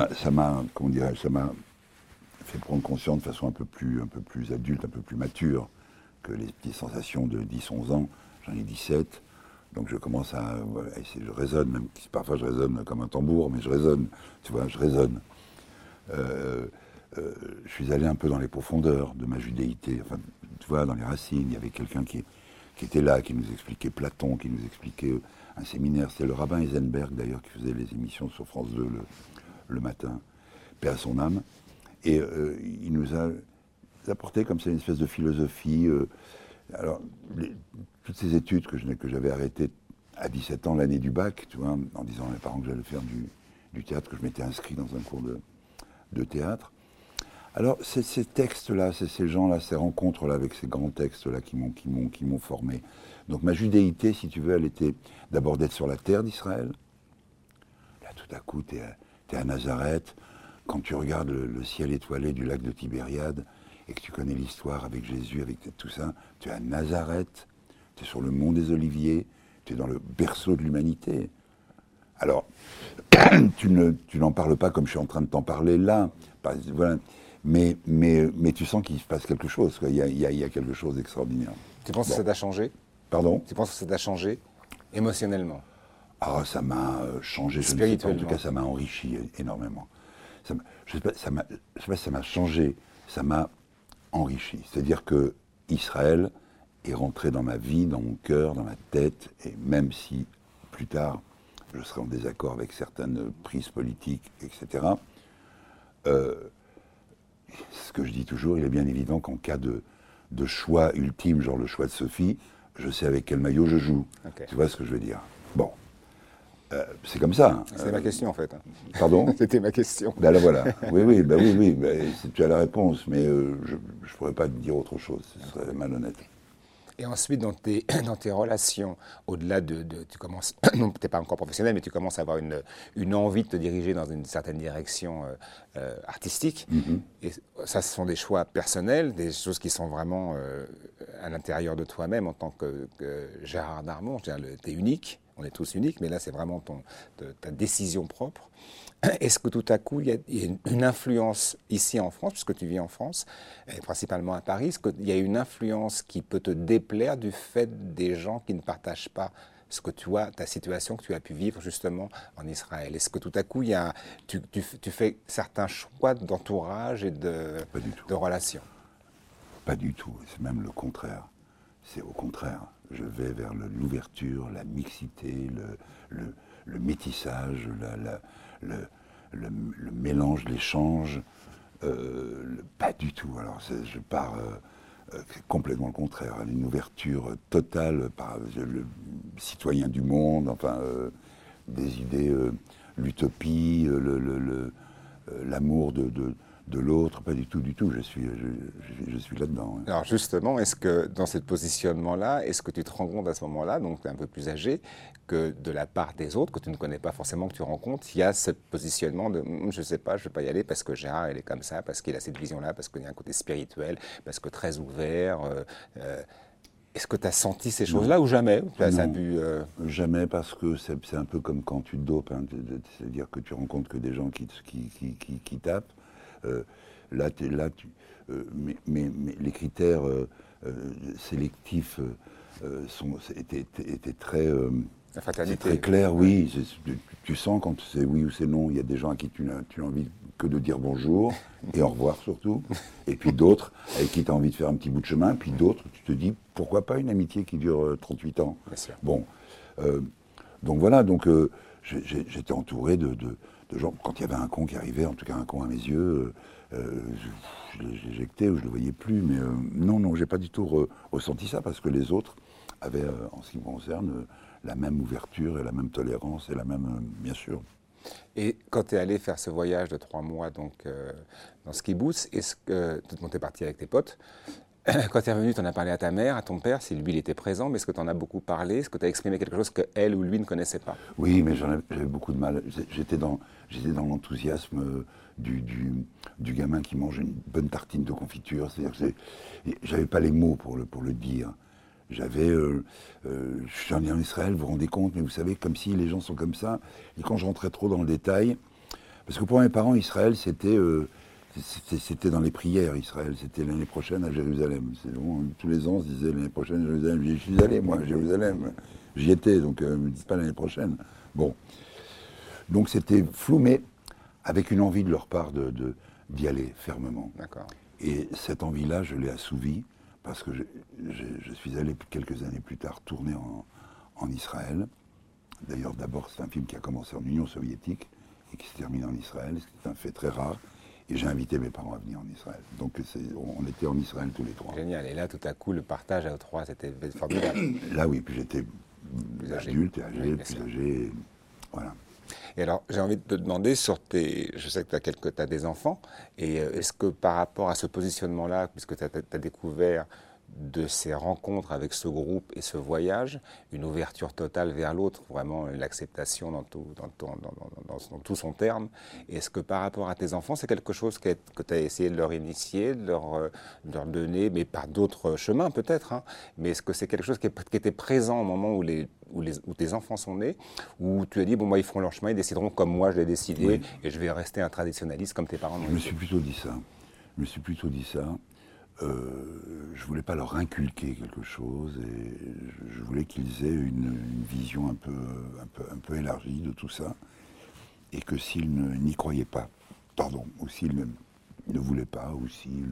B: fait prendre conscience de façon un peu plus adulte, un peu plus mature que les petites sensations de 10-11 ans. J'en ai 17, donc je commence je résonne, même si parfois je résonne comme un tambour, mais je résonne, tu vois, je résonne. je suis allé un peu dans les profondeurs de ma judéité. Enfin, tu vois, dans les racines, il y avait quelqu'un qui était là, qui nous expliquait Platon, qui nous expliquait un séminaire. C'était le rabbin Eisenberg, d'ailleurs, qui faisait les émissions sur France 2 le matin, paix à son âme. Et il nous a apporté comme ça une espèce de philosophie. Alors, toutes ces études que j'avais arrêtées à 17 ans, l'année du bac, tu vois, en disant à mes parents que j'allais faire du théâtre, que je m'étais inscrit dans un cours de théâtre. Alors, c'est ces textes-là, c'est ces gens-là, ces rencontres-là avec ces grands textes-là qui m'ont formé. Donc ma judéité, si tu veux, elle était d'abord d'être sur la terre d'Israël. Là, tout à coup, tu es à Nazareth. Quand tu regardes le ciel étoilé du lac de Tibériade et que tu connais l'histoire avec Jésus, avec tout ça, tu es à Nazareth, tu es sur le mont des Oliviers, tu es dans le berceau de l'humanité. Alors, tu n'en parles pas comme je suis en train de t'en parler là, voilà. Mais tu sens qu'il se passe quelque chose, quoi. Il y a quelque chose d'extraordinaire.
A: Tu penses que ça t'a changé?
B: Pardon?
A: Tu penses que ça t'a changé émotionnellement?
B: Ah, ça m'a changé, je ne sais pas. En tout cas, ça m'a enrichi énormément. Je ne sais pas si ça m'a changé, ça m'a enrichi. C'est-à-dire que Israël est rentré dans ma vie, dans mon cœur, dans ma tête, et même si plus tard je serai en désaccord avec certaines prises politiques, etc., ce que je dis toujours, il est bien évident qu'en cas de choix ultime, genre le choix de Sophie, je sais avec quel maillot je joue. Okay. Tu vois ce que je veux dire? Bon. C'est comme ça. Hein.
A: C'était ma question, en fait.
B: Pardon?
A: C'était ma question.
B: Ben là, voilà. Oui, tu as la réponse, mais je ne pourrais pas te dire autre chose. Ce serait malhonnête.
A: Et ensuite, dans tes relations, au-delà tu commences, non, tu n'es pas encore professionnel, mais tu commences à avoir une envie de te diriger dans une certaine direction artistique. Mm-hmm. Et ça, ce sont des choix personnels, des choses qui sont vraiment à l'intérieur de toi-même en tant que Gérard Darmon. Tu es unique, on est tous uniques, mais là, c'est vraiment ta décision propre. Est-ce que tout à coup, il y a une influence ici en France, puisque tu vis en France, et principalement à Paris, est-ce qu'il y a une influence qui peut te déplaire du fait des gens qui ne partagent pas ce que tu as, ta situation que tu as pu vivre justement en Israël? Est-ce que tout à coup, tu fais certains choix d'entourage et de relations?
B: Pas du tout, c'est même le contraire. C'est au contraire. Je vais vers l'ouverture, la mixité, le métissage, le mélange, l'échange, pas du tout. Alors je pars complètement le contraire, une ouverture totale par le citoyen du monde, enfin des idées, l'utopie, l'amour de l'autre, pas du tout, je suis là-dedans. Hein.
A: Alors justement, est-ce que dans ce positionnement-là, est-ce que tu te rends compte à ce moment-là, donc tu es un peu plus âgé, que de la part des autres, que tu ne connais pas forcément, que tu rencontres, il y a ce positionnement de « je ne sais pas, je ne vais pas y aller parce que Gérard, il est comme ça, parce qu'il a cette vision-là, parce qu'il y a un côté spirituel, parce que très ouvert ». Est-ce que tu as senti ces choses-là ou jamais?
B: Jamais, parce que c'est un peu comme quand tu te dopes, hein, c'est-à-dire que tu rencontres que des gens qui tapent. Mais les critères sélectifs étaient très clairs, oui. Tu sens quand c'est oui ou c'est non. Il y a des gens à qui tu n'as envie que de dire bonjour et au revoir surtout. Et puis d'autres avec qui tu as envie de faire un petit bout de chemin. Puis d'autres, tu te dis pourquoi pas une amitié qui dure 38 ans.
A: Bien sûr.
B: Bon, donc voilà. Donc j'étais entouré de gens. Quand il y avait un con qui arrivait, en tout cas un con à mes yeux, je l'éjectais ou je le voyais plus. Mais non, j'ai pas du tout ressenti ça parce que les autres avaient, en ce qui me concerne, la même ouverture et la même tolérance et la même, bien sûr.
A: Et quand tu es allé faire ce voyage de 3 mois donc, dans ce kibbutz, est-ce que tu es parti avec tes potes? Quand tu es revenu, tu en as parlé à ta mère, à ton père, si lui il était présent, mais est-ce que tu en as beaucoup parlé? Est-ce que tu as exprimé quelque chose qu'elle ou lui ne connaissait pas?
B: Oui, mais j'avais beaucoup de mal. J'étais dans l'enthousiasme du gamin qui mange une bonne tartine de confiture. C'est-à-dire que j'avais pas les mots pour le dire. Je suis en Israël, vous vous rendez compte, mais vous savez, comme si les gens sont comme ça. Et quand je rentrais trop dans le détail, parce que pour mes parents, Israël, c'était dans les prières, Israël. C'était l'année prochaine à Jérusalem. Tous les ans, on se disait l'année prochaine à Jérusalem. J'y suis allé, moi, à Jérusalem. J'y étais, donc ne me dites pas l'année prochaine. Bon. Donc c'était flou, mais avec une envie de leur part d'y aller fermement.
A: D'accord.
B: Et cette envie-là, je l'ai assouvie parce que je suis allé quelques années plus tard tourner en Israël. D'ailleurs, d'abord, c'est un film qui a commencé en Union soviétique et qui se termine en Israël. C'est un fait très rare. Et j'ai invité mes parents à venir en Israël. Donc on était en Israël tous les trois.
A: Génial. Et là, tout à coup, le partage à trois, c'était formidable.
B: Là, oui. Puis j'étais adulte et âgé,
A: oui,
B: plus âgé. Voilà.
A: Et alors, j'ai envie de te demander sur je sais que tu as des enfants, et est-ce que par rapport à ce positionnement-là, puisque tu as découvert de ces rencontres avec ce groupe et ce voyage, une ouverture totale vers l'autre, vraiment l'acceptation dans tout son terme, est-ce que par rapport à tes enfants, c'est quelque chose que tu as essayé de leur initier, de leur donner, mais par d'autres chemins peut-être, hein, mais est-ce que c'est quelque chose qui était présent au moment où tes enfants sont nés, où tu as dit, bon, moi, ils feront leur chemin, ils décideront comme moi, je l'ai décidé, oui, et je vais rester un traditionnaliste comme tes parents l'ont été.
B: Je me suis plutôt dit ça. Je voulais pas leur inculquer quelque chose, et je voulais qu'ils aient une vision un peu élargie de tout ça, et que s'ils n'y croyaient pas, ou s'ils ne voulaient pas, ou s'ils,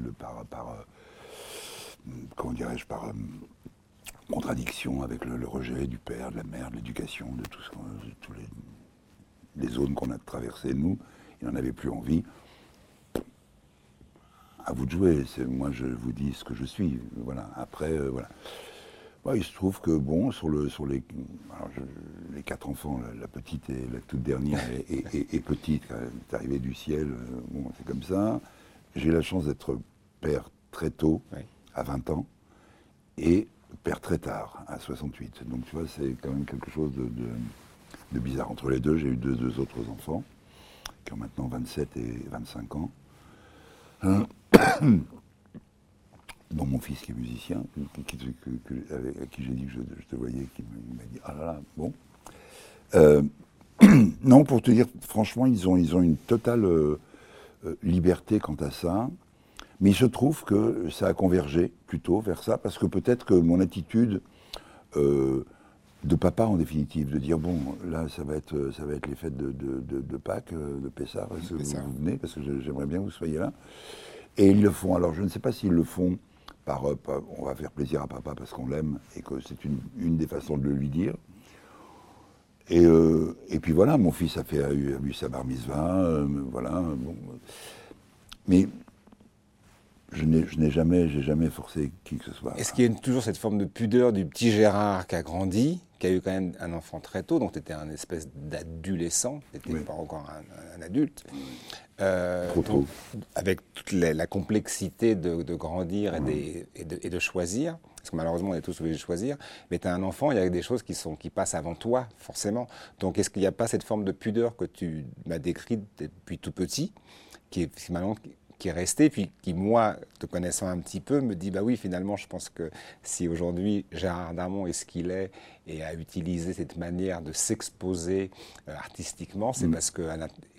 B: comment dirais-je, par contradiction avec le rejet du père, de la mère, de l'éducation, de tout tous les zones qu'on a traversées, nous, ils n'en avaient plus envie. À vous de jouer, moi je vous dis ce que je suis, voilà. Après, voilà. Bon, il se trouve que, bon, sur les 4 enfants, la petite et la toute dernière est petite, quand elle est arrivée du ciel, bon, c'est comme ça. J'ai eu la chance d'être père très tôt, oui, à 20 ans, et père très tard, à 68. Donc tu vois, c'est quand même quelque chose de bizarre. Entre les deux, j'ai eu deux autres enfants, qui ont maintenant 27 et 25 ans. Dont mon fils qui est musicien, à qui j'ai dit que je te voyais, qui m'a dit « Ah là là, bon ». Non, pour te dire, franchement, ils ont une totale liberté quant à ça, mais il se trouve que ça a convergé plutôt vers ça, parce que peut-être que mon attitude de papa, en définitive, de dire « Bon, là, ça va être les fêtes de Pâques, de Pessah, est-ce que vous venez, parce que j'aimerais bien que vous soyez là ». Et ils le font. Alors, je ne sais pas s'ils le font par on va faire plaisir à papa parce qu'on l'aime et que c'est une des façons de le lui dire. Et puis voilà, mon fils a eu sa bar mitzvah, voilà. Bon. Mais j'ai jamais forcé qui que ce soit.
A: Est-ce qu'il y a toujours cette forme de pudeur du petit Gérard qui a grandi, qui a eu quand même un enfant très tôt, donc tu étais un espèce d'adolescent, tu n'étais, oui, pas encore un adulte.
B: Trop tôt.
A: Avec toute la complexité de grandir et de choisir, parce que malheureusement on est tous obligés de choisir, mais tu as un enfant, il y a des choses qui passent avant toi, forcément. Donc est-ce qu'il n'y a pas cette forme de pudeur que tu m'as décrite depuis tout petit, qui est restée, puis qui, moi, te connaissant un petit peu, me dit, bah oui, finalement, je pense que si aujourd'hui Gérard Darmon est ce qu'il est et a utilisé cette manière de s'exposer artistiquement, c'est parce que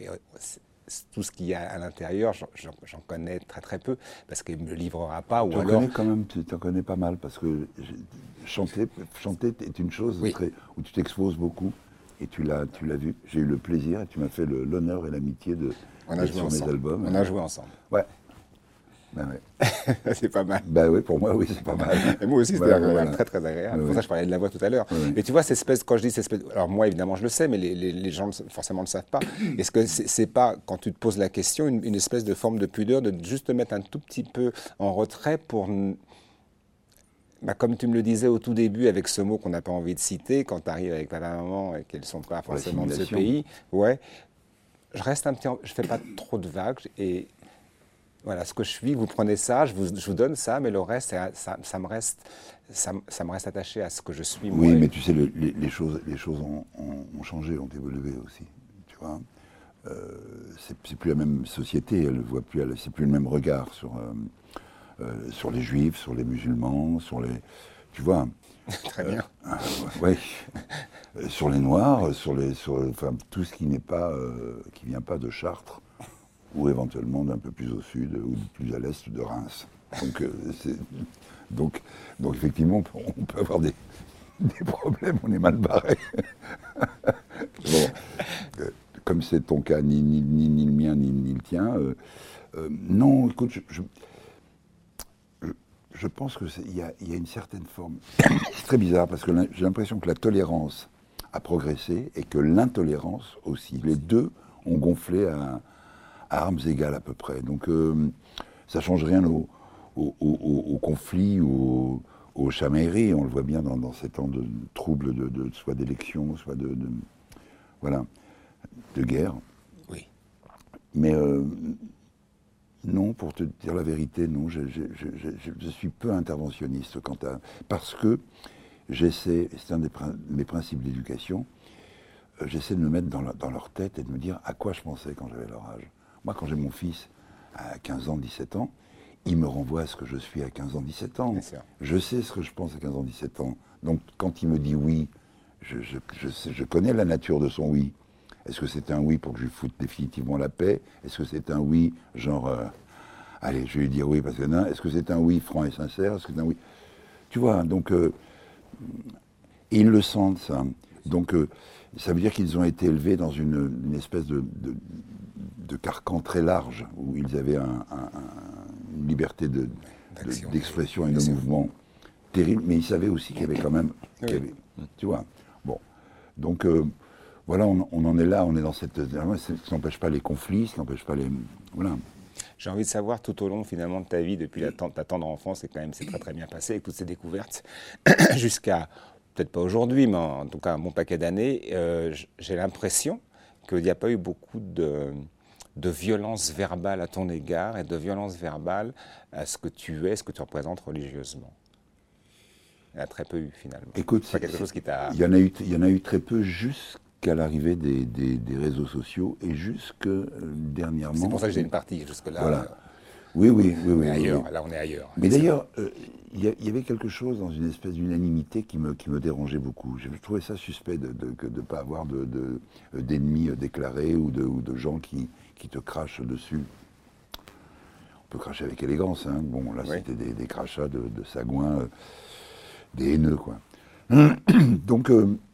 A: tout ce qu'il y a à l'intérieur, j'en connais très très peu, parce qu'il ne me le livrera pas.
B: Tu en connais quand même, tu en connais pas mal, parce que chanter est une chose, oui, où tu t'exposes beaucoup, et tu l'as vu. J'ai eu le plaisir, et tu m'as fait l'honneur et l'amitié de sur mes albums.
A: On a joué ensemble.
B: Ouais. Ben ouais.
A: C'est pas mal.
B: Ben oui, pour moi, oui, c'est pas mal.
A: Et moi aussi, c'était agréable, très très agréable. Pour ça, je parlais de la voix tout à l'heure. Mais tu vois, quand je dis cette espèce, alors moi, évidemment, je le sais, mais les gens forcément ne le savent pas. Est-ce que c'est pas, quand tu te poses la question, une espèce de forme de pudeur, de juste te mettre un tout petit peu en retrait pour, bah, comme tu me le disais au tout début, avec ce mot qu'on n'a pas envie de citer, quand tu arrives avec papa et maman et qu'elles ne sont pas forcément de ce pays, ouais, je fais pas trop de vagues et voilà, ce que je suis, vous prenez ça, je vous donne ça, mais le reste, ça me reste attaché à ce que je suis.
B: Oui, moi. Mais tu sais, les choses ont changé, ont évolué aussi. Tu vois, c'est plus la même société, elle voit plus, c'est plus le même regard sur les juifs, sur les musulmans, tu vois.
A: Très bien.
B: Oui. Sur les noirs, enfin tout ce qui n'est pas, qui vient pas de Chartres. Ou éventuellement d'un peu plus au sud, ou plus à l'est de Reims. Donc effectivement, on peut avoir des problèmes, on est mal barré. Bon, comme c'est ton cas, ni le mien, ni le tien, Non, écoute, je pense qu'il y a une certaine forme. C'est très bizarre parce que j'ai l'impression que la tolérance a progressé et que l'intolérance aussi. Les deux ont gonflé à armes égales à peu près. Donc ça ne change rien au conflit, aux chamailleries. On le voit bien dans ces temps de troubles, soit d'élection, soit voilà, de guerre.
A: Oui.
B: Mais non, pour te dire la vérité, non, je suis peu interventionniste parce que j'essaie, c'est un de mes principes d'éducation, j'essaie de me mettre dans leur tête et de me dire à quoi je pensais quand j'avais leur âge. Moi, quand j'ai mon fils à 15 ans, 17 ans, il me renvoie à ce que je suis à 15 ans, 17 ans. Je sais ce que je pense à 15 ans, 17 ans. Donc, quand il me dit oui, je connais la nature de son oui. Est-ce que c'est un oui pour que je lui foute définitivement la paix? Est-ce que c'est un oui, genre, allez, je vais lui dire oui parce que non. Est-ce que c'est un oui franc et sincère? Est-ce que c'est un oui? Tu vois, donc, ils le sentent, ça. Donc, ça veut dire qu'ils ont été élevés dans une espèce de carcan très large, où ils avaient une liberté d'expression et de mouvement terrible, mais ils savaient aussi qu'il y avait quand même... tu vois, bon. Donc, voilà, on en est là, on est dans cette... Ça n'empêche pas les conflits, ça n'empêche pas les... Voilà.
A: J'ai envie de savoir, tout au long, finalement, de ta vie, depuis ta tendre enfance, et quand même, c'est très très bien passé, avec toutes ces découvertes, jusqu'à, peut-être pas aujourd'hui, mais en tout cas un bon paquet d'années, j'ai l'impression qu'il n'y a pas eu beaucoup de violence verbale à ton égard et de violence verbale à ce que tu es, ce que tu représentes religieusement. Il y en a très peu eu, finalement.
B: Écoute,
A: c'est pas quelque chose qui t'a...
B: Il y en a eu très peu jusqu'à l'arrivée des réseaux sociaux et jusque dernièrement...
A: C'est pour ça que j'ai une partie jusque-là.
B: Voilà. Oui.
A: Ailleurs, là, on est ailleurs.
B: Mais d'ailleurs, il y avait quelque chose dans une espèce d'unanimité qui me dérangeait beaucoup. Je trouvais ça suspect de ne pas avoir d'ennemis déclarés ou de gens qui te crachent dessus. On peut cracher avec élégance, hein. Bon, là, c'était des crachats de sagouins, des haineux, quoi. Donc,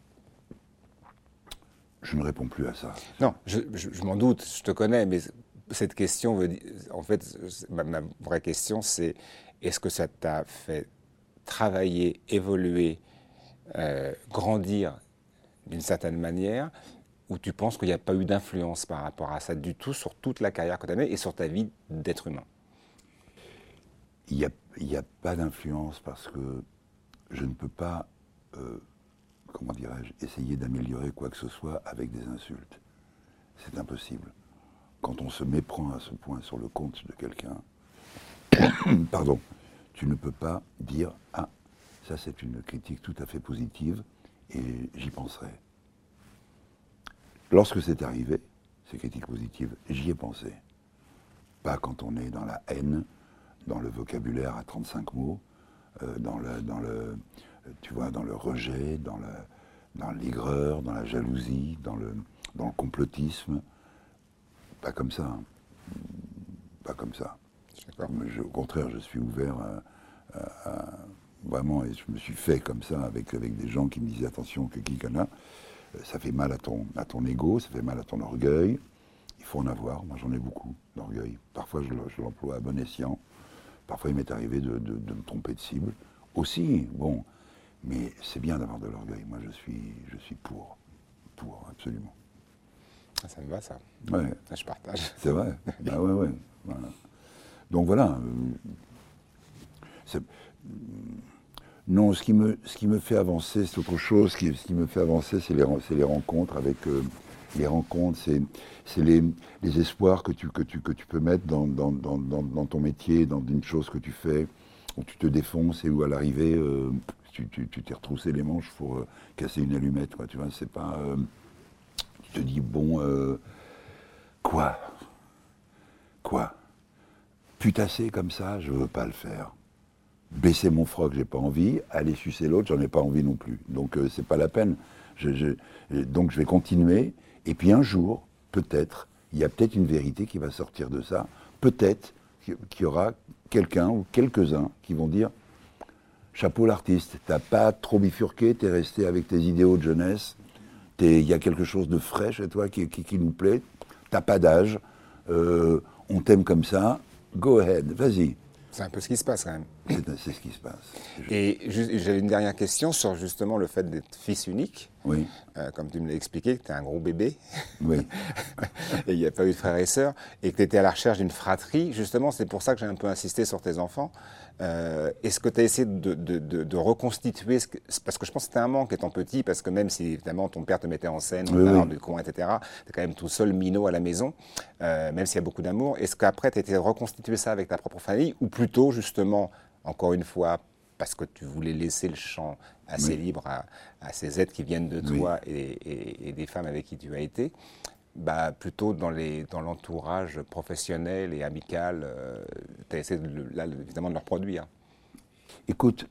B: je ne réponds plus à ça.
A: Non, je m'en doute, je te connais, mais cette question veut dire... En fait, ma vraie question, c'est est-ce que ça t'a fait travailler, évoluer, grandir d'une certaine manière, ou tu penses qu'il n'y a pas eu d'influence par rapport à ça du tout sur toute la carrière que tu as menée et sur ta vie d'être humain?
B: Il n'y a pas d'influence parce que je ne peux pas, comment dirais-je, essayer d'améliorer quoi que ce soit avec des insultes. C'est impossible. Quand on se méprend à ce point sur le compte de quelqu'un, pardon, tu ne peux pas dire « Ah, ça c'est une critique tout à fait positive et j'y penserai ». Lorsque c'est arrivé, ces critiques positives, j'y ai pensé. Pas quand on est dans la haine, dans le vocabulaire à 35 mots, dans le rejet, dans l'aigreur, dans la jalousie, dans le complotisme. Pas comme ça. Hein. Pas comme ça. Au contraire, je suis ouvert vraiment, et je me suis fait comme ça avec des gens qui me disaient attention, que Kikana, ça fait mal à ton ego, ça fait mal à ton orgueil. Il faut en avoir. Moi, j'en ai beaucoup d'orgueil. Parfois, je l'emploie à bon escient. Parfois, il m'est arrivé de me tromper de cible. Aussi, bon, mais c'est bien d'avoir de l'orgueil. Moi, je suis pour, absolument.
A: Ça me va, ça.
B: Ouais.
A: Ça, je partage.
B: C'est vrai. Ah ouais. Voilà. Donc voilà. Non, ce qui me fait avancer, c'est autre chose. Ce qui me fait avancer, c'est les rencontres avec les rencontres, c'est les espoirs que tu peux mettre dans ton métier, dans une chose que tu fais, où tu te défonces et où à l'arrivée, tu t'es retroussé les manches pour casser une allumette, quoi. Tu vois, c'est pas... tu te dis, bon, quoi putasser comme ça, je veux pas le faire. Baisser mon froc, j'ai pas envie. Aller sucer l'autre, j'en ai pas envie non plus. Donc c'est pas la peine. Donc je vais continuer. Et puis un jour, peut-être, il y a peut-être une vérité qui va sortir de ça. Peut-être qu'il y aura quelqu'un ou quelques-uns qui vont dire « Chapeau l'artiste, t'as pas trop bifurqué, t'es resté avec tes idéaux de jeunesse, il y a quelque chose de frais chez toi qui nous plaît, t'as pas d'âge, on t'aime comme ça, go ahead, vas-y.
A: C'est un peu ce qui se passe quand même.
B: C'est ce qui se passe.
A: Et j'avais une dernière question sur justement le fait d'être fils unique.
B: Oui,
A: Comme tu me l'as expliqué, que tu es un gros bébé,
B: oui.
A: et il n'y a pas eu de frères et sœurs, et que tu étais à la recherche d'une fratrie. Justement, c'est pour ça que j'ai un peu insisté sur tes enfants. Est-ce que tu as essayé de reconstituer, parce que je pense que c'était un manque étant petit, parce que même si évidemment ton père te mettait en scène,
B: Oui, oui.
A: du coin, etc., tu es quand même tout seul minot à la maison, même s'il y a beaucoup d'amour. Est-ce qu'après tu as essayé de reconstituer ça avec ta propre famille, ou plutôt justement, encore une fois, parce que tu voulais laisser le champ assez libre à ces êtres qui viennent de toi et des femmes avec qui tu as été, bah, plutôt dans l'entourage professionnel et amical, tu as essayé évidemment de le reproduire.
B: Écoute,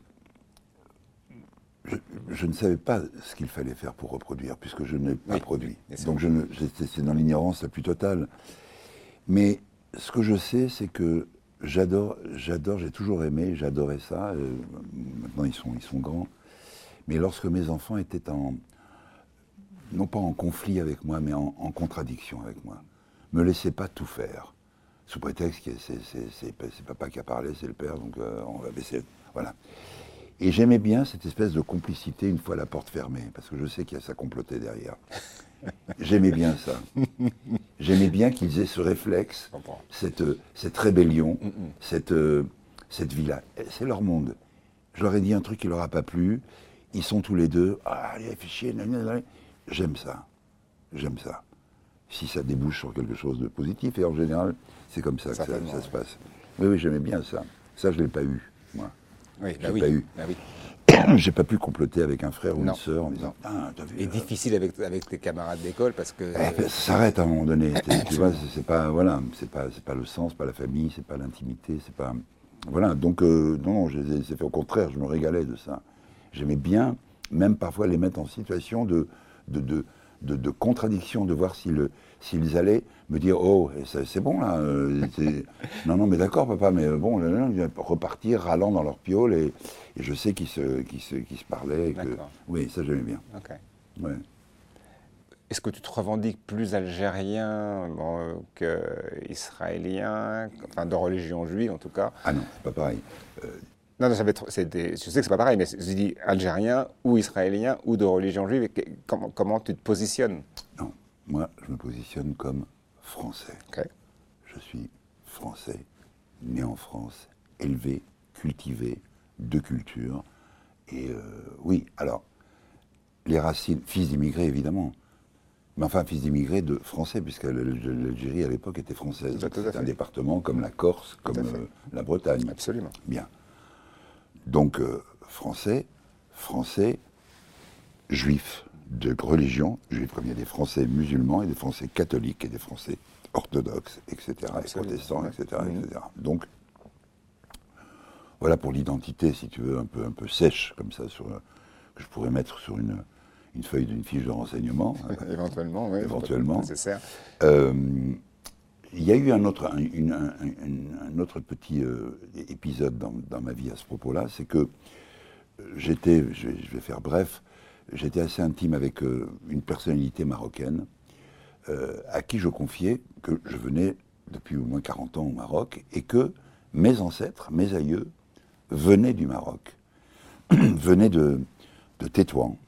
B: je ne savais pas ce qu'il fallait faire pour reproduire, puisque je n'ai pas produit. Donc c'est dans l'ignorance la plus totale. Mais ce que je sais, c'est que j'adore, j'ai toujours aimé, j'adorais ça. Maintenant, ils sont grands. Mais lorsque mes enfants étaient non pas en conflit avec moi, mais en contradiction avec moi, me laissaient pas tout faire, sous prétexte que c'est papa qui a parlé, c'est le père, donc on va baisser. Voilà. Et j'aimais bien cette espèce de complicité une fois la porte fermée, parce que je sais qu'il y a ça comploté derrière. J'aimais bien ça. J'aimais bien qu'ils aient ce réflexe, cette rébellion, cette vie-là. C'est leur monde. Je leur ai dit un truc qui leur a pas plu. Ils sont tous les deux. Ah, allez, fais chier. J'aime ça. J'aime ça. Si ça débouche sur quelque chose de positif, et en général, c'est comme ça que ça se passe. Oui, j'aimais bien ça. Ça, je ne l'ai pas eu, moi.
A: Oui,
B: je l'ai pas eu.
A: Bah oui.
B: J'ai pas pu comploter avec un frère ou une sœur en disant ah, t'as vu,
A: et difficile avec tes camarades d'école parce que
B: ça s'arrête à un moment donné. Tu vois, c'est pas le sens, pas la famille, c'est pas l'intimité, c'est pas voilà. Donc non, c'est fait au contraire. Je me régalais de ça. J'aimais bien, même parfois les mettre en situation de contradiction, de voir s'ils allaient me dire oh c'est bon là. Non mais d'accord papa, mais bon repartir râlant dans leur piole et je sais qu'ils se parlaient. Oui, ça j'aimais bien.
A: Okay.
B: Ouais.
A: Est-ce que tu te revendiques plus algérien qu'israélien, enfin de religion juive en tout cas?
B: Ah non, c'est pas pareil.
A: Non, je sais que c'est pas pareil, mais je dis algérien ou israélien ou de religion juive. Comment tu te positionnes?
B: Non, moi je me positionne comme français.
A: Okay.
B: Je suis français, né en France, élevé, cultivé, de culture. Et oui, alors, les racines, fils d'immigrés évidemment, mais enfin fils d'immigrés de français, puisque l'Algérie à l'époque était française. C'est un département comme la Corse, comme la Bretagne.
A: Absolument.
B: Bien. Donc français, juifs de religion, juifs comme il y a des Français musulmans et des Français catholiques et des Français orthodoxes, etc., et protestants, etc., etc. Donc, voilà pour l'identité, si tu veux, un peu sèche, comme ça, que je pourrais mettre sur une feuille d'une fiche de renseignement.
A: Éventuellement, oui.
B: Éventuellement.
A: Nécessaire.
B: Il y a eu un autre petit épisode dans ma vie à ce propos-là, c'est que je vais faire bref, j'étais assez intime avec une personnalité marocaine à qui je confiais que je venais depuis au moins 40 ans au Maroc et que mes ancêtres, mes aïeux, venaient du Maroc, venaient de Tétouan,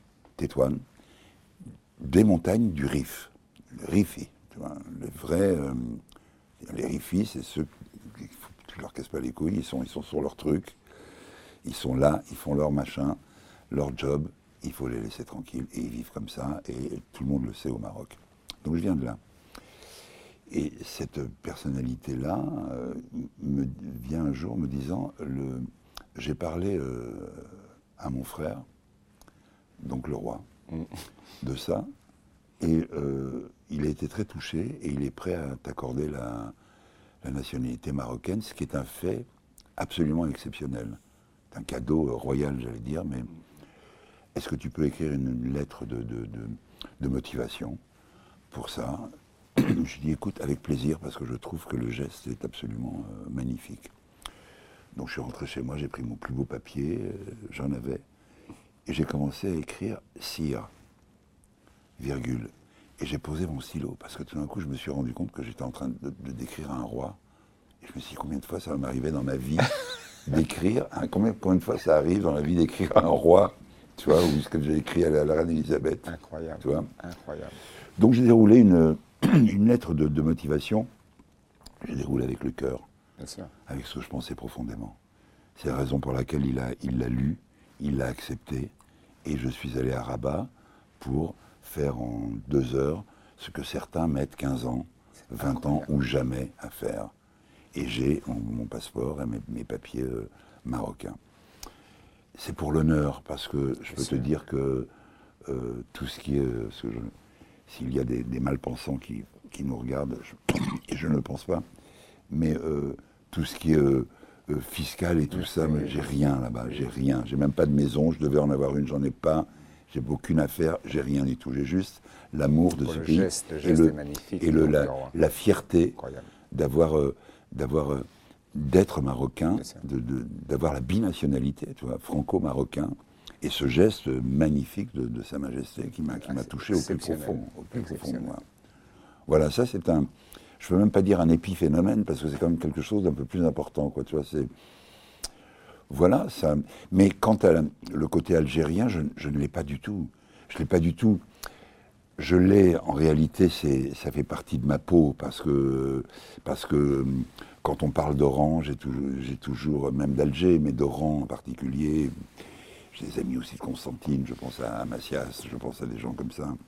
B: des montagnes du Rif, le Rifi, tu vois, les vrais, les Rifis, c'est ceux qui ne leur cassent pas les couilles, ils sont sur leur truc, ils sont là, ils font leur machin, leur job, il faut les laisser tranquilles, et ils vivent comme ça, et tout le monde le sait au Maroc. Donc je viens de là. Et cette personnalité-là me vient un jour me disant, j'ai parlé à mon frère, donc le roi, de ça, et il a été très touché, et il est prêt à t'accorder la nationalité marocaine, ce qui est un fait absolument exceptionnel. C'est un cadeau royal, j'allais dire, mais est-ce que tu peux écrire une lettre de motivation pour ça? Je dis écoute, avec plaisir, parce que je trouve que le geste est absolument magnifique. Donc je suis rentré chez moi, j'ai pris mon plus beau papier, j'en avais, et j'ai commencé à écrire Sire, virgule. Et j'ai posé mon stylo, parce que tout d'un coup, je me suis rendu compte que j'étais en train de décrire un roi. Et je me suis dit, combien de fois ça va m'arriver dans ma vie d'écrire, hein, combien de fois ça arrive dans la vie d'écrire un roi, tu vois, ou ce que j'ai écrit à la reine Elisabeth.
A: Incroyable.
B: Tu vois.
A: Incroyable.
B: Donc j'ai déroulé une lettre de motivation, j'ai déroulé avec le cœur,
A: Bien sûr.
B: avec ce que je pensais profondément. C'est la raison pour laquelle il l'a lu, il l'a accepté, et je suis allé à Rabat pour faire en 2 heures ce que certains mettent 15 ans, 20 ans ou jamais à faire. Et j'ai mon passeport et mes papiers marocains. C'est pour l'honneur, parce que je peux te dire que tout ce qui est... s'il y a des malpensants qui nous regardent, et je ne le pense pas, mais tout ce qui est fiscal et tout ça, mais j'ai rien là-bas, j'ai rien. J'ai même pas de maison, je devais en avoir une, j'en ai pas. J'ai aucune affaire, j'ai rien du tout. J'ai juste l'amour de ce pays.
A: Le geste est magnifique.
B: Et la fierté d'être marocain, d'avoir la binationalité, tu vois, franco-marocain. Et ce geste magnifique de Sa Majesté qui m'a touché au plus profond. De moi. Voilà, ça c'est un... Je ne peux même pas dire un épiphénomène, parce que c'est quand même quelque chose d'un peu plus important, quoi, tu vois, c'est... Voilà, ça... Mais quant à le côté algérien, je ne l'ai pas du tout. Je ne l'ai pas du tout. Je l'ai, en réalité, ça fait partie de ma peau, parce que quand on parle d'Oran, j'ai toujours, même d'Alger, mais d'Oran en particulier... J'ai des amis aussi de Constantine, je pense à Macias, je pense à des gens comme ça.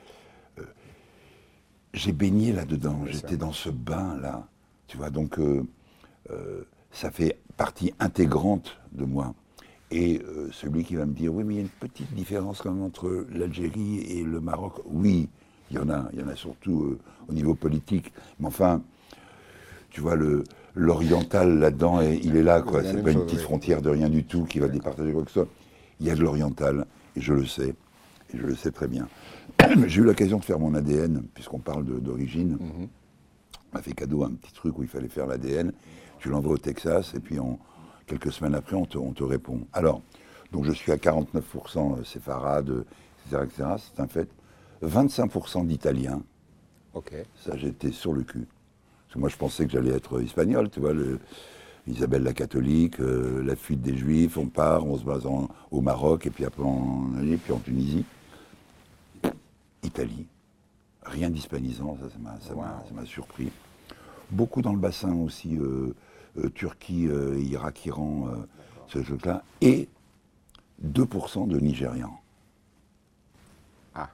B: J'ai baigné là-dedans, j'étais dans ce bain-là, tu vois, donc ça fait partie intégrante de moi. Et celui qui va me dire, oui, mais il y a une petite différence quand même entre l'Algérie et le Maroc. Oui, il y en a surtout au niveau politique. Mais enfin, tu vois, l'oriental là-dedans, il est là, quoi. C'est pas une petite frontière de rien du tout qui va départager quoi que ce soit. Il y a de l'oriental, et je le sais très bien. J'ai eu l'occasion de faire mon ADN, puisqu'on parle d'origine. On m'a fait cadeau un petit truc où il fallait faire l'ADN. Tu l'envoies au Texas, et puis quelques semaines après, on te répond. Alors, donc je suis à 49% séfarade, etc., c'est un fait. 25% d'Italiens.
A: Ok.
B: Ça, j'étais sur le cul. Parce que moi, je pensais que j'allais être espagnol, tu vois, Isabelle la catholique, la fuite des Juifs, on part, on se base au Maroc, et puis après en Égypte, puis en Tunisie. Italie. Rien d'hispanisant, ça m'a surpris. Beaucoup dans le bassin aussi, Turquie, Irak, Iran, ce truc-là. Et 2% de Nigérians.
A: Ah.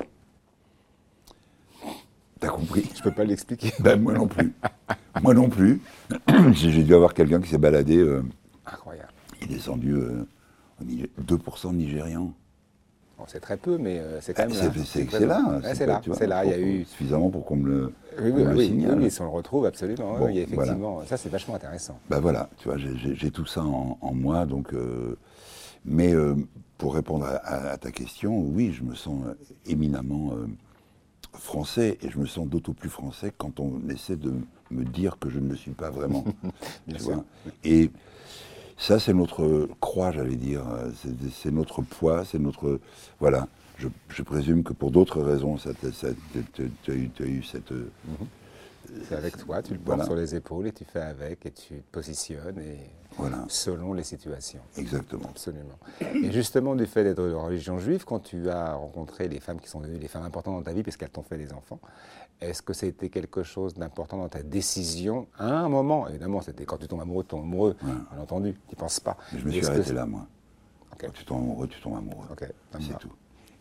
B: T'as compris?
A: Je peux pas l'expliquer.
B: Ben, moi non plus. Moi non plus. J'ai dû avoir quelqu'un qui s'est baladé.
A: Incroyable.
B: Il est descendu 2% de Nigérians.
A: Bon, c'est très peu, mais c'est quand même là.
B: C'est là.
A: Ouais, c'est là. Il y a eu
B: suffisamment pour qu'on me le signale.
A: Oui, si on le retrouve, absolument.
B: Bon,
A: il y a effectivement,
B: voilà.
A: Ça c'est vachement intéressant.
B: Ben voilà, tu vois, j'ai tout ça en moi, donc... mais pour répondre à ta question, oui, je me sens éminemment français, et je me sens d'autant plus français quand on essaie de me dire que je ne le suis pas vraiment.
A: Bien
B: tu
A: sûr.
B: vois. Et ça, c'est notre croix, j'allais dire, c'est notre poids, c'est notre... Voilà, je présume que pour d'autres raisons, tu as eu cette...
A: C'est avec toi, tu le portes sur les épaules et tu fais avec et tu te positionnes et selon les situations.
B: Exactement.
A: Absolument. Et justement, du fait d'être de religion juive, quand tu as rencontré les femmes qui sont devenues les femmes importantes dans ta vie parce qu'elles t'ont fait des enfants, est-ce que c'était quelque chose d'important dans ta décision à un moment? Évidemment, c'était quand tu tombes amoureux, bien entendu, tu n'y penses pas.
B: Mais je me suis arrêté là, moi.
A: Okay.
B: Quand tu tombes amoureux, tu tombes amoureux.
A: Okay.
B: C'est tout.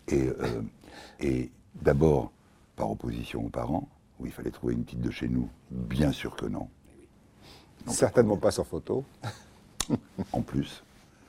B: Et d'abord, par opposition aux parents, où il fallait trouver une petite de chez nous, bien sûr que non.
A: Donc, certainement pas sur photo.
B: En plus.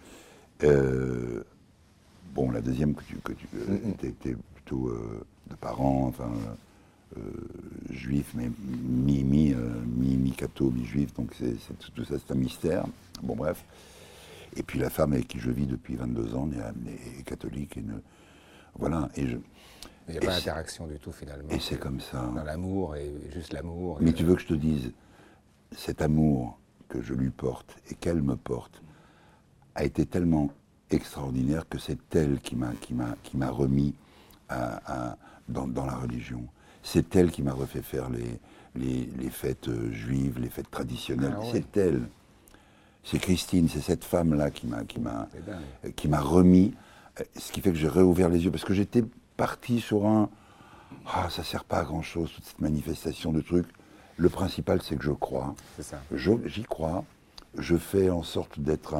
B: Bon, la deuxième que tu étais plutôt de parents, enfin, juifs, mais mi-catho, mi-juif, donc tout ça, c'est un mystère. Bon, bref. Et puis la femme avec qui je vis depuis 22 ans est catholique. Voilà.
A: Il n'y a pas d'interaction du tout, finalement.
B: Et c'est comme ça.
A: Dans l'amour, et juste l'amour.
B: Mais tu veux que je te dise, cet amour que je lui porte et qu'elle me porte a été tellement extraordinaire que c'est elle qui m'a remis dans la religion. C'est elle qui m'a refait faire les fêtes juives, les fêtes traditionnelles.
A: Ah ouais.
B: C'est elle. C'est Christine, c'est cette femme-là qui
A: C'est dingue.
B: m'a remis, ce qui fait que j'ai réouvert les yeux, parce que j'étais parti sur ça sert pas à grand-chose, toute cette manifestation de trucs. Le principal, c'est que je crois.
A: C'est ça.
B: J'y crois. Je fais en sorte d'être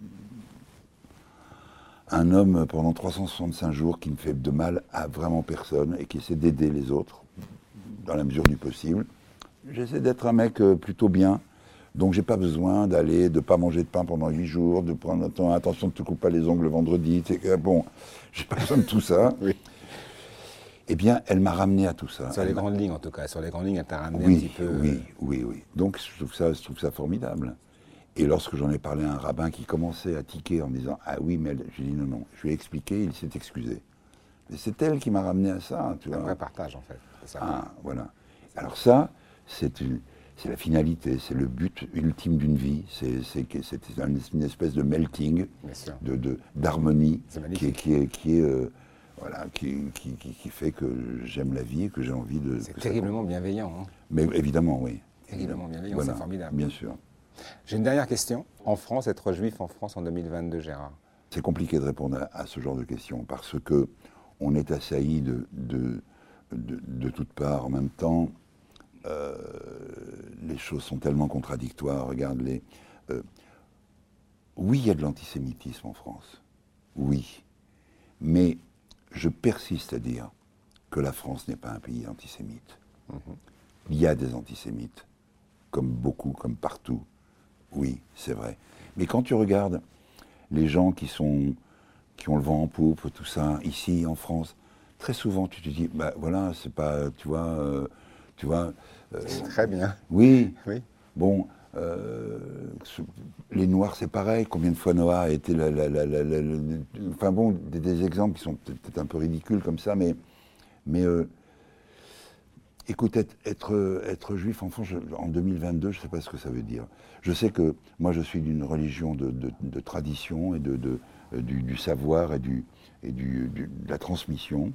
B: un homme pendant 365 jours qui ne fait de mal à vraiment personne et qui essaie d'aider les autres dans la mesure du possible. J'essaie d'être un mec plutôt bien. Donc j'ai pas besoin de pas manger de pain pendant 8 jours, de prendre attention de ne te couper pas les ongles le vendredi. Bon, j'ai pas besoin de tout ça.
A: Oui.
B: Eh bien, elle m'a ramené à tout ça.
A: Sur les grandes lignes, en tout cas. Sur les grandes lignes, elle t'a ramené un petit peu...
B: Oui. Donc je trouve ça formidable. Et lorsque j'en ai parlé à un rabbin qui commençait à tiquer en me disant « Ah oui, mais j'ai dit non. » Je lui ai expliqué, il s'est excusé. Mais c'est elle qui m'a ramené à ça. Tu vois.
A: Un vrai partage, en fait. C'est ça.
B: Voilà. Alors ça, c'est la finalité, c'est le but ultime d'une vie. C'est une espèce de melting, d'harmonie qui fait que j'aime la vie et que j'ai envie de...
A: C'est terriblement bienveillant. Hein.
B: Mais évidemment, oui.
A: Terriblement bienveillant,
B: Voilà,
A: c'est formidable.
B: Bien sûr.
A: J'ai une dernière question. En France, être juif en France en 2022, Gérard?
B: C'est compliqué de répondre à ce genre de questions parce que on est assailli de toutes parts. En même temps, les choses sont tellement contradictoires. Regarde oui, il y a de l'antisémitisme en France. Oui. Mais je persiste à dire que la France n'est pas un pays antisémite. Il y a des antisémites, comme beaucoup, comme partout. Oui, c'est vrai. Mais quand tu regardes les gens qui ont le vent en poupe, tout ça, ici en France, très souvent tu te dis, voilà, c'est pas, tu vois.
A: C'est très bien.
B: Oui.
A: Oui.
B: Bon, les Noirs, c'est pareil. Combien de fois Noah a été enfin bon, des exemples qui sont peut-être un peu ridicules comme ça, mais écoute, être juif en France, en 2022, je ne sais pas ce que ça veut dire. Je sais que moi, je suis d'une religion de tradition et du savoir et de la transmission.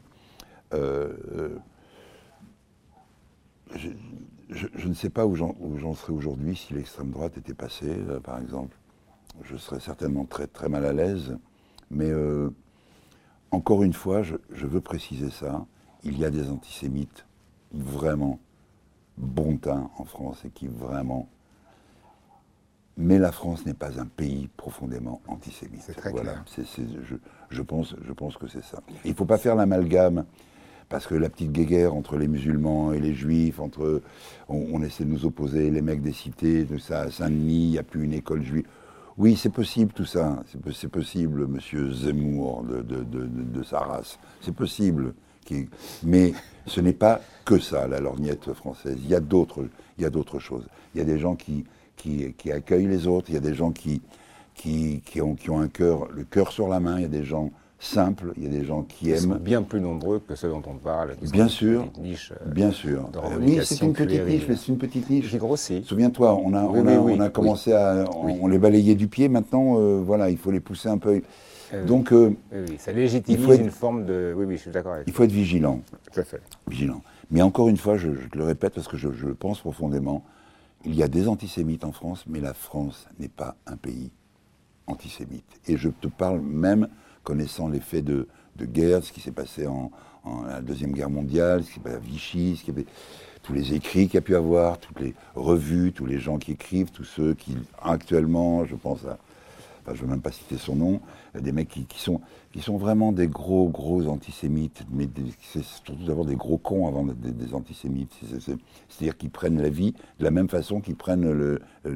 B: Je ne sais pas où j'en serais aujourd'hui si l'extrême droite était passée, par exemple. Je serais certainement très, très mal à l'aise. Mais encore une fois, je veux préciser ça. Il y a des antisémites vraiment bon teint en France et qui vraiment... Mais la France n'est pas un pays profondément antisémite.
A: C'est très
B: voilà.
A: clair.
B: Je pense que c'est ça. Il ne faut pas faire l'amalgame, parce que la petite guéguerre entre les musulmans et les juifs, on essaie de nous opposer, les mecs des cités, tout ça, à Saint-Denis, il n'y a plus une école juive. Oui, c'est possible tout ça. C'est possible, monsieur Zemmour de sa race. C'est possible. Mais ce n'est pas que ça, la lorgnette française. Il y a d'autres choses. Il y a des gens qui accueillent les autres, il y a des gens qui ont le cœur sur la main, il y a des gens simples, il y a des gens qui aiment.
A: Ils sont bien plus nombreux que ceux dont on parle.
B: Bien sûr, bien sûr. Oui, c'est une petite niche, mais c'est une petite niche.
A: Qui grossit.
B: Souviens-toi, on a commencé on les balayait du pied, maintenant, voilà, il faut les pousser un peu. Donc,
A: ça légitimise une forme de... Oui, je suis d'accord avec
B: il faut être vigilant.
A: Tout à fait.
B: Vigilant. Mais encore une fois, je te le répète parce que je le pense profondément, il y a des antisémites en France, mais la France n'est pas un pays antisémite. Et je te parle même, connaissant les faits de guerre, ce qui s'est passé en la Deuxième Guerre mondiale, ce qui s'est passé à Vichy, tous les écrits qu'il y a pu avoir, toutes les revues, tous les gens qui écrivent, tous ceux qui, actuellement, je pense à... Enfin, je ne veux même pas citer son nom, des mecs qui sont vraiment des gros antisémites, mais c'est surtout d'abord des gros cons avant d'être des antisémites. C'est-à-dire qu'ils prennent la vie de la même façon qu'ils prennent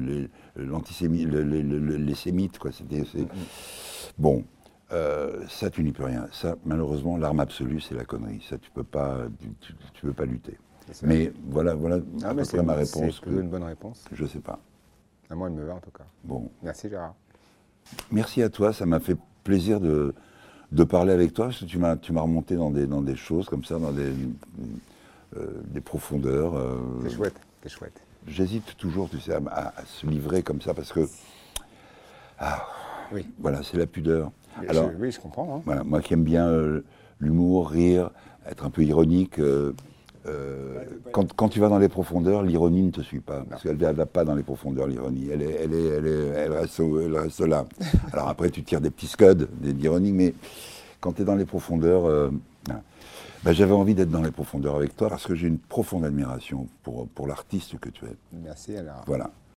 B: les sémites, quoi. Bon, ça tu n'y peux rien. Ça, malheureusement, l'arme absolue, c'est la connerie. Ça, tu peux pas lutter. Mais voilà c'est ma réponse.
A: C'est une bonne réponse.
B: Je sais pas.
A: À moi, elle me va en tout cas.
B: Bon.
A: Merci Gérard.
B: Merci à toi, ça m'a fait plaisir de parler avec toi, parce que tu m'as remonté dans des choses comme ça, dans des profondeurs.
A: C'est chouette.
B: J'hésite toujours, tu sais, à se livrer comme ça, parce que...
A: oui.
B: Voilà, c'est la pudeur.
A: Alors, oui, je comprends. Hein.
B: Voilà, moi qui aime bien l'humour, rire, être un peu ironique. Quand tu vas dans les profondeurs, l'ironie ne te suit pas, parce qu'elle ne va pas dans les profondeurs, l'ironie. Elle reste là. Alors après, tu tires des petits scuds d'ironie, mais quand tu es dans les profondeurs... j'avais envie d'être dans les profondeurs avec toi, parce que j'ai une profonde admiration pour l'artiste que tu es.
A: Merci alors.
B: Voilà.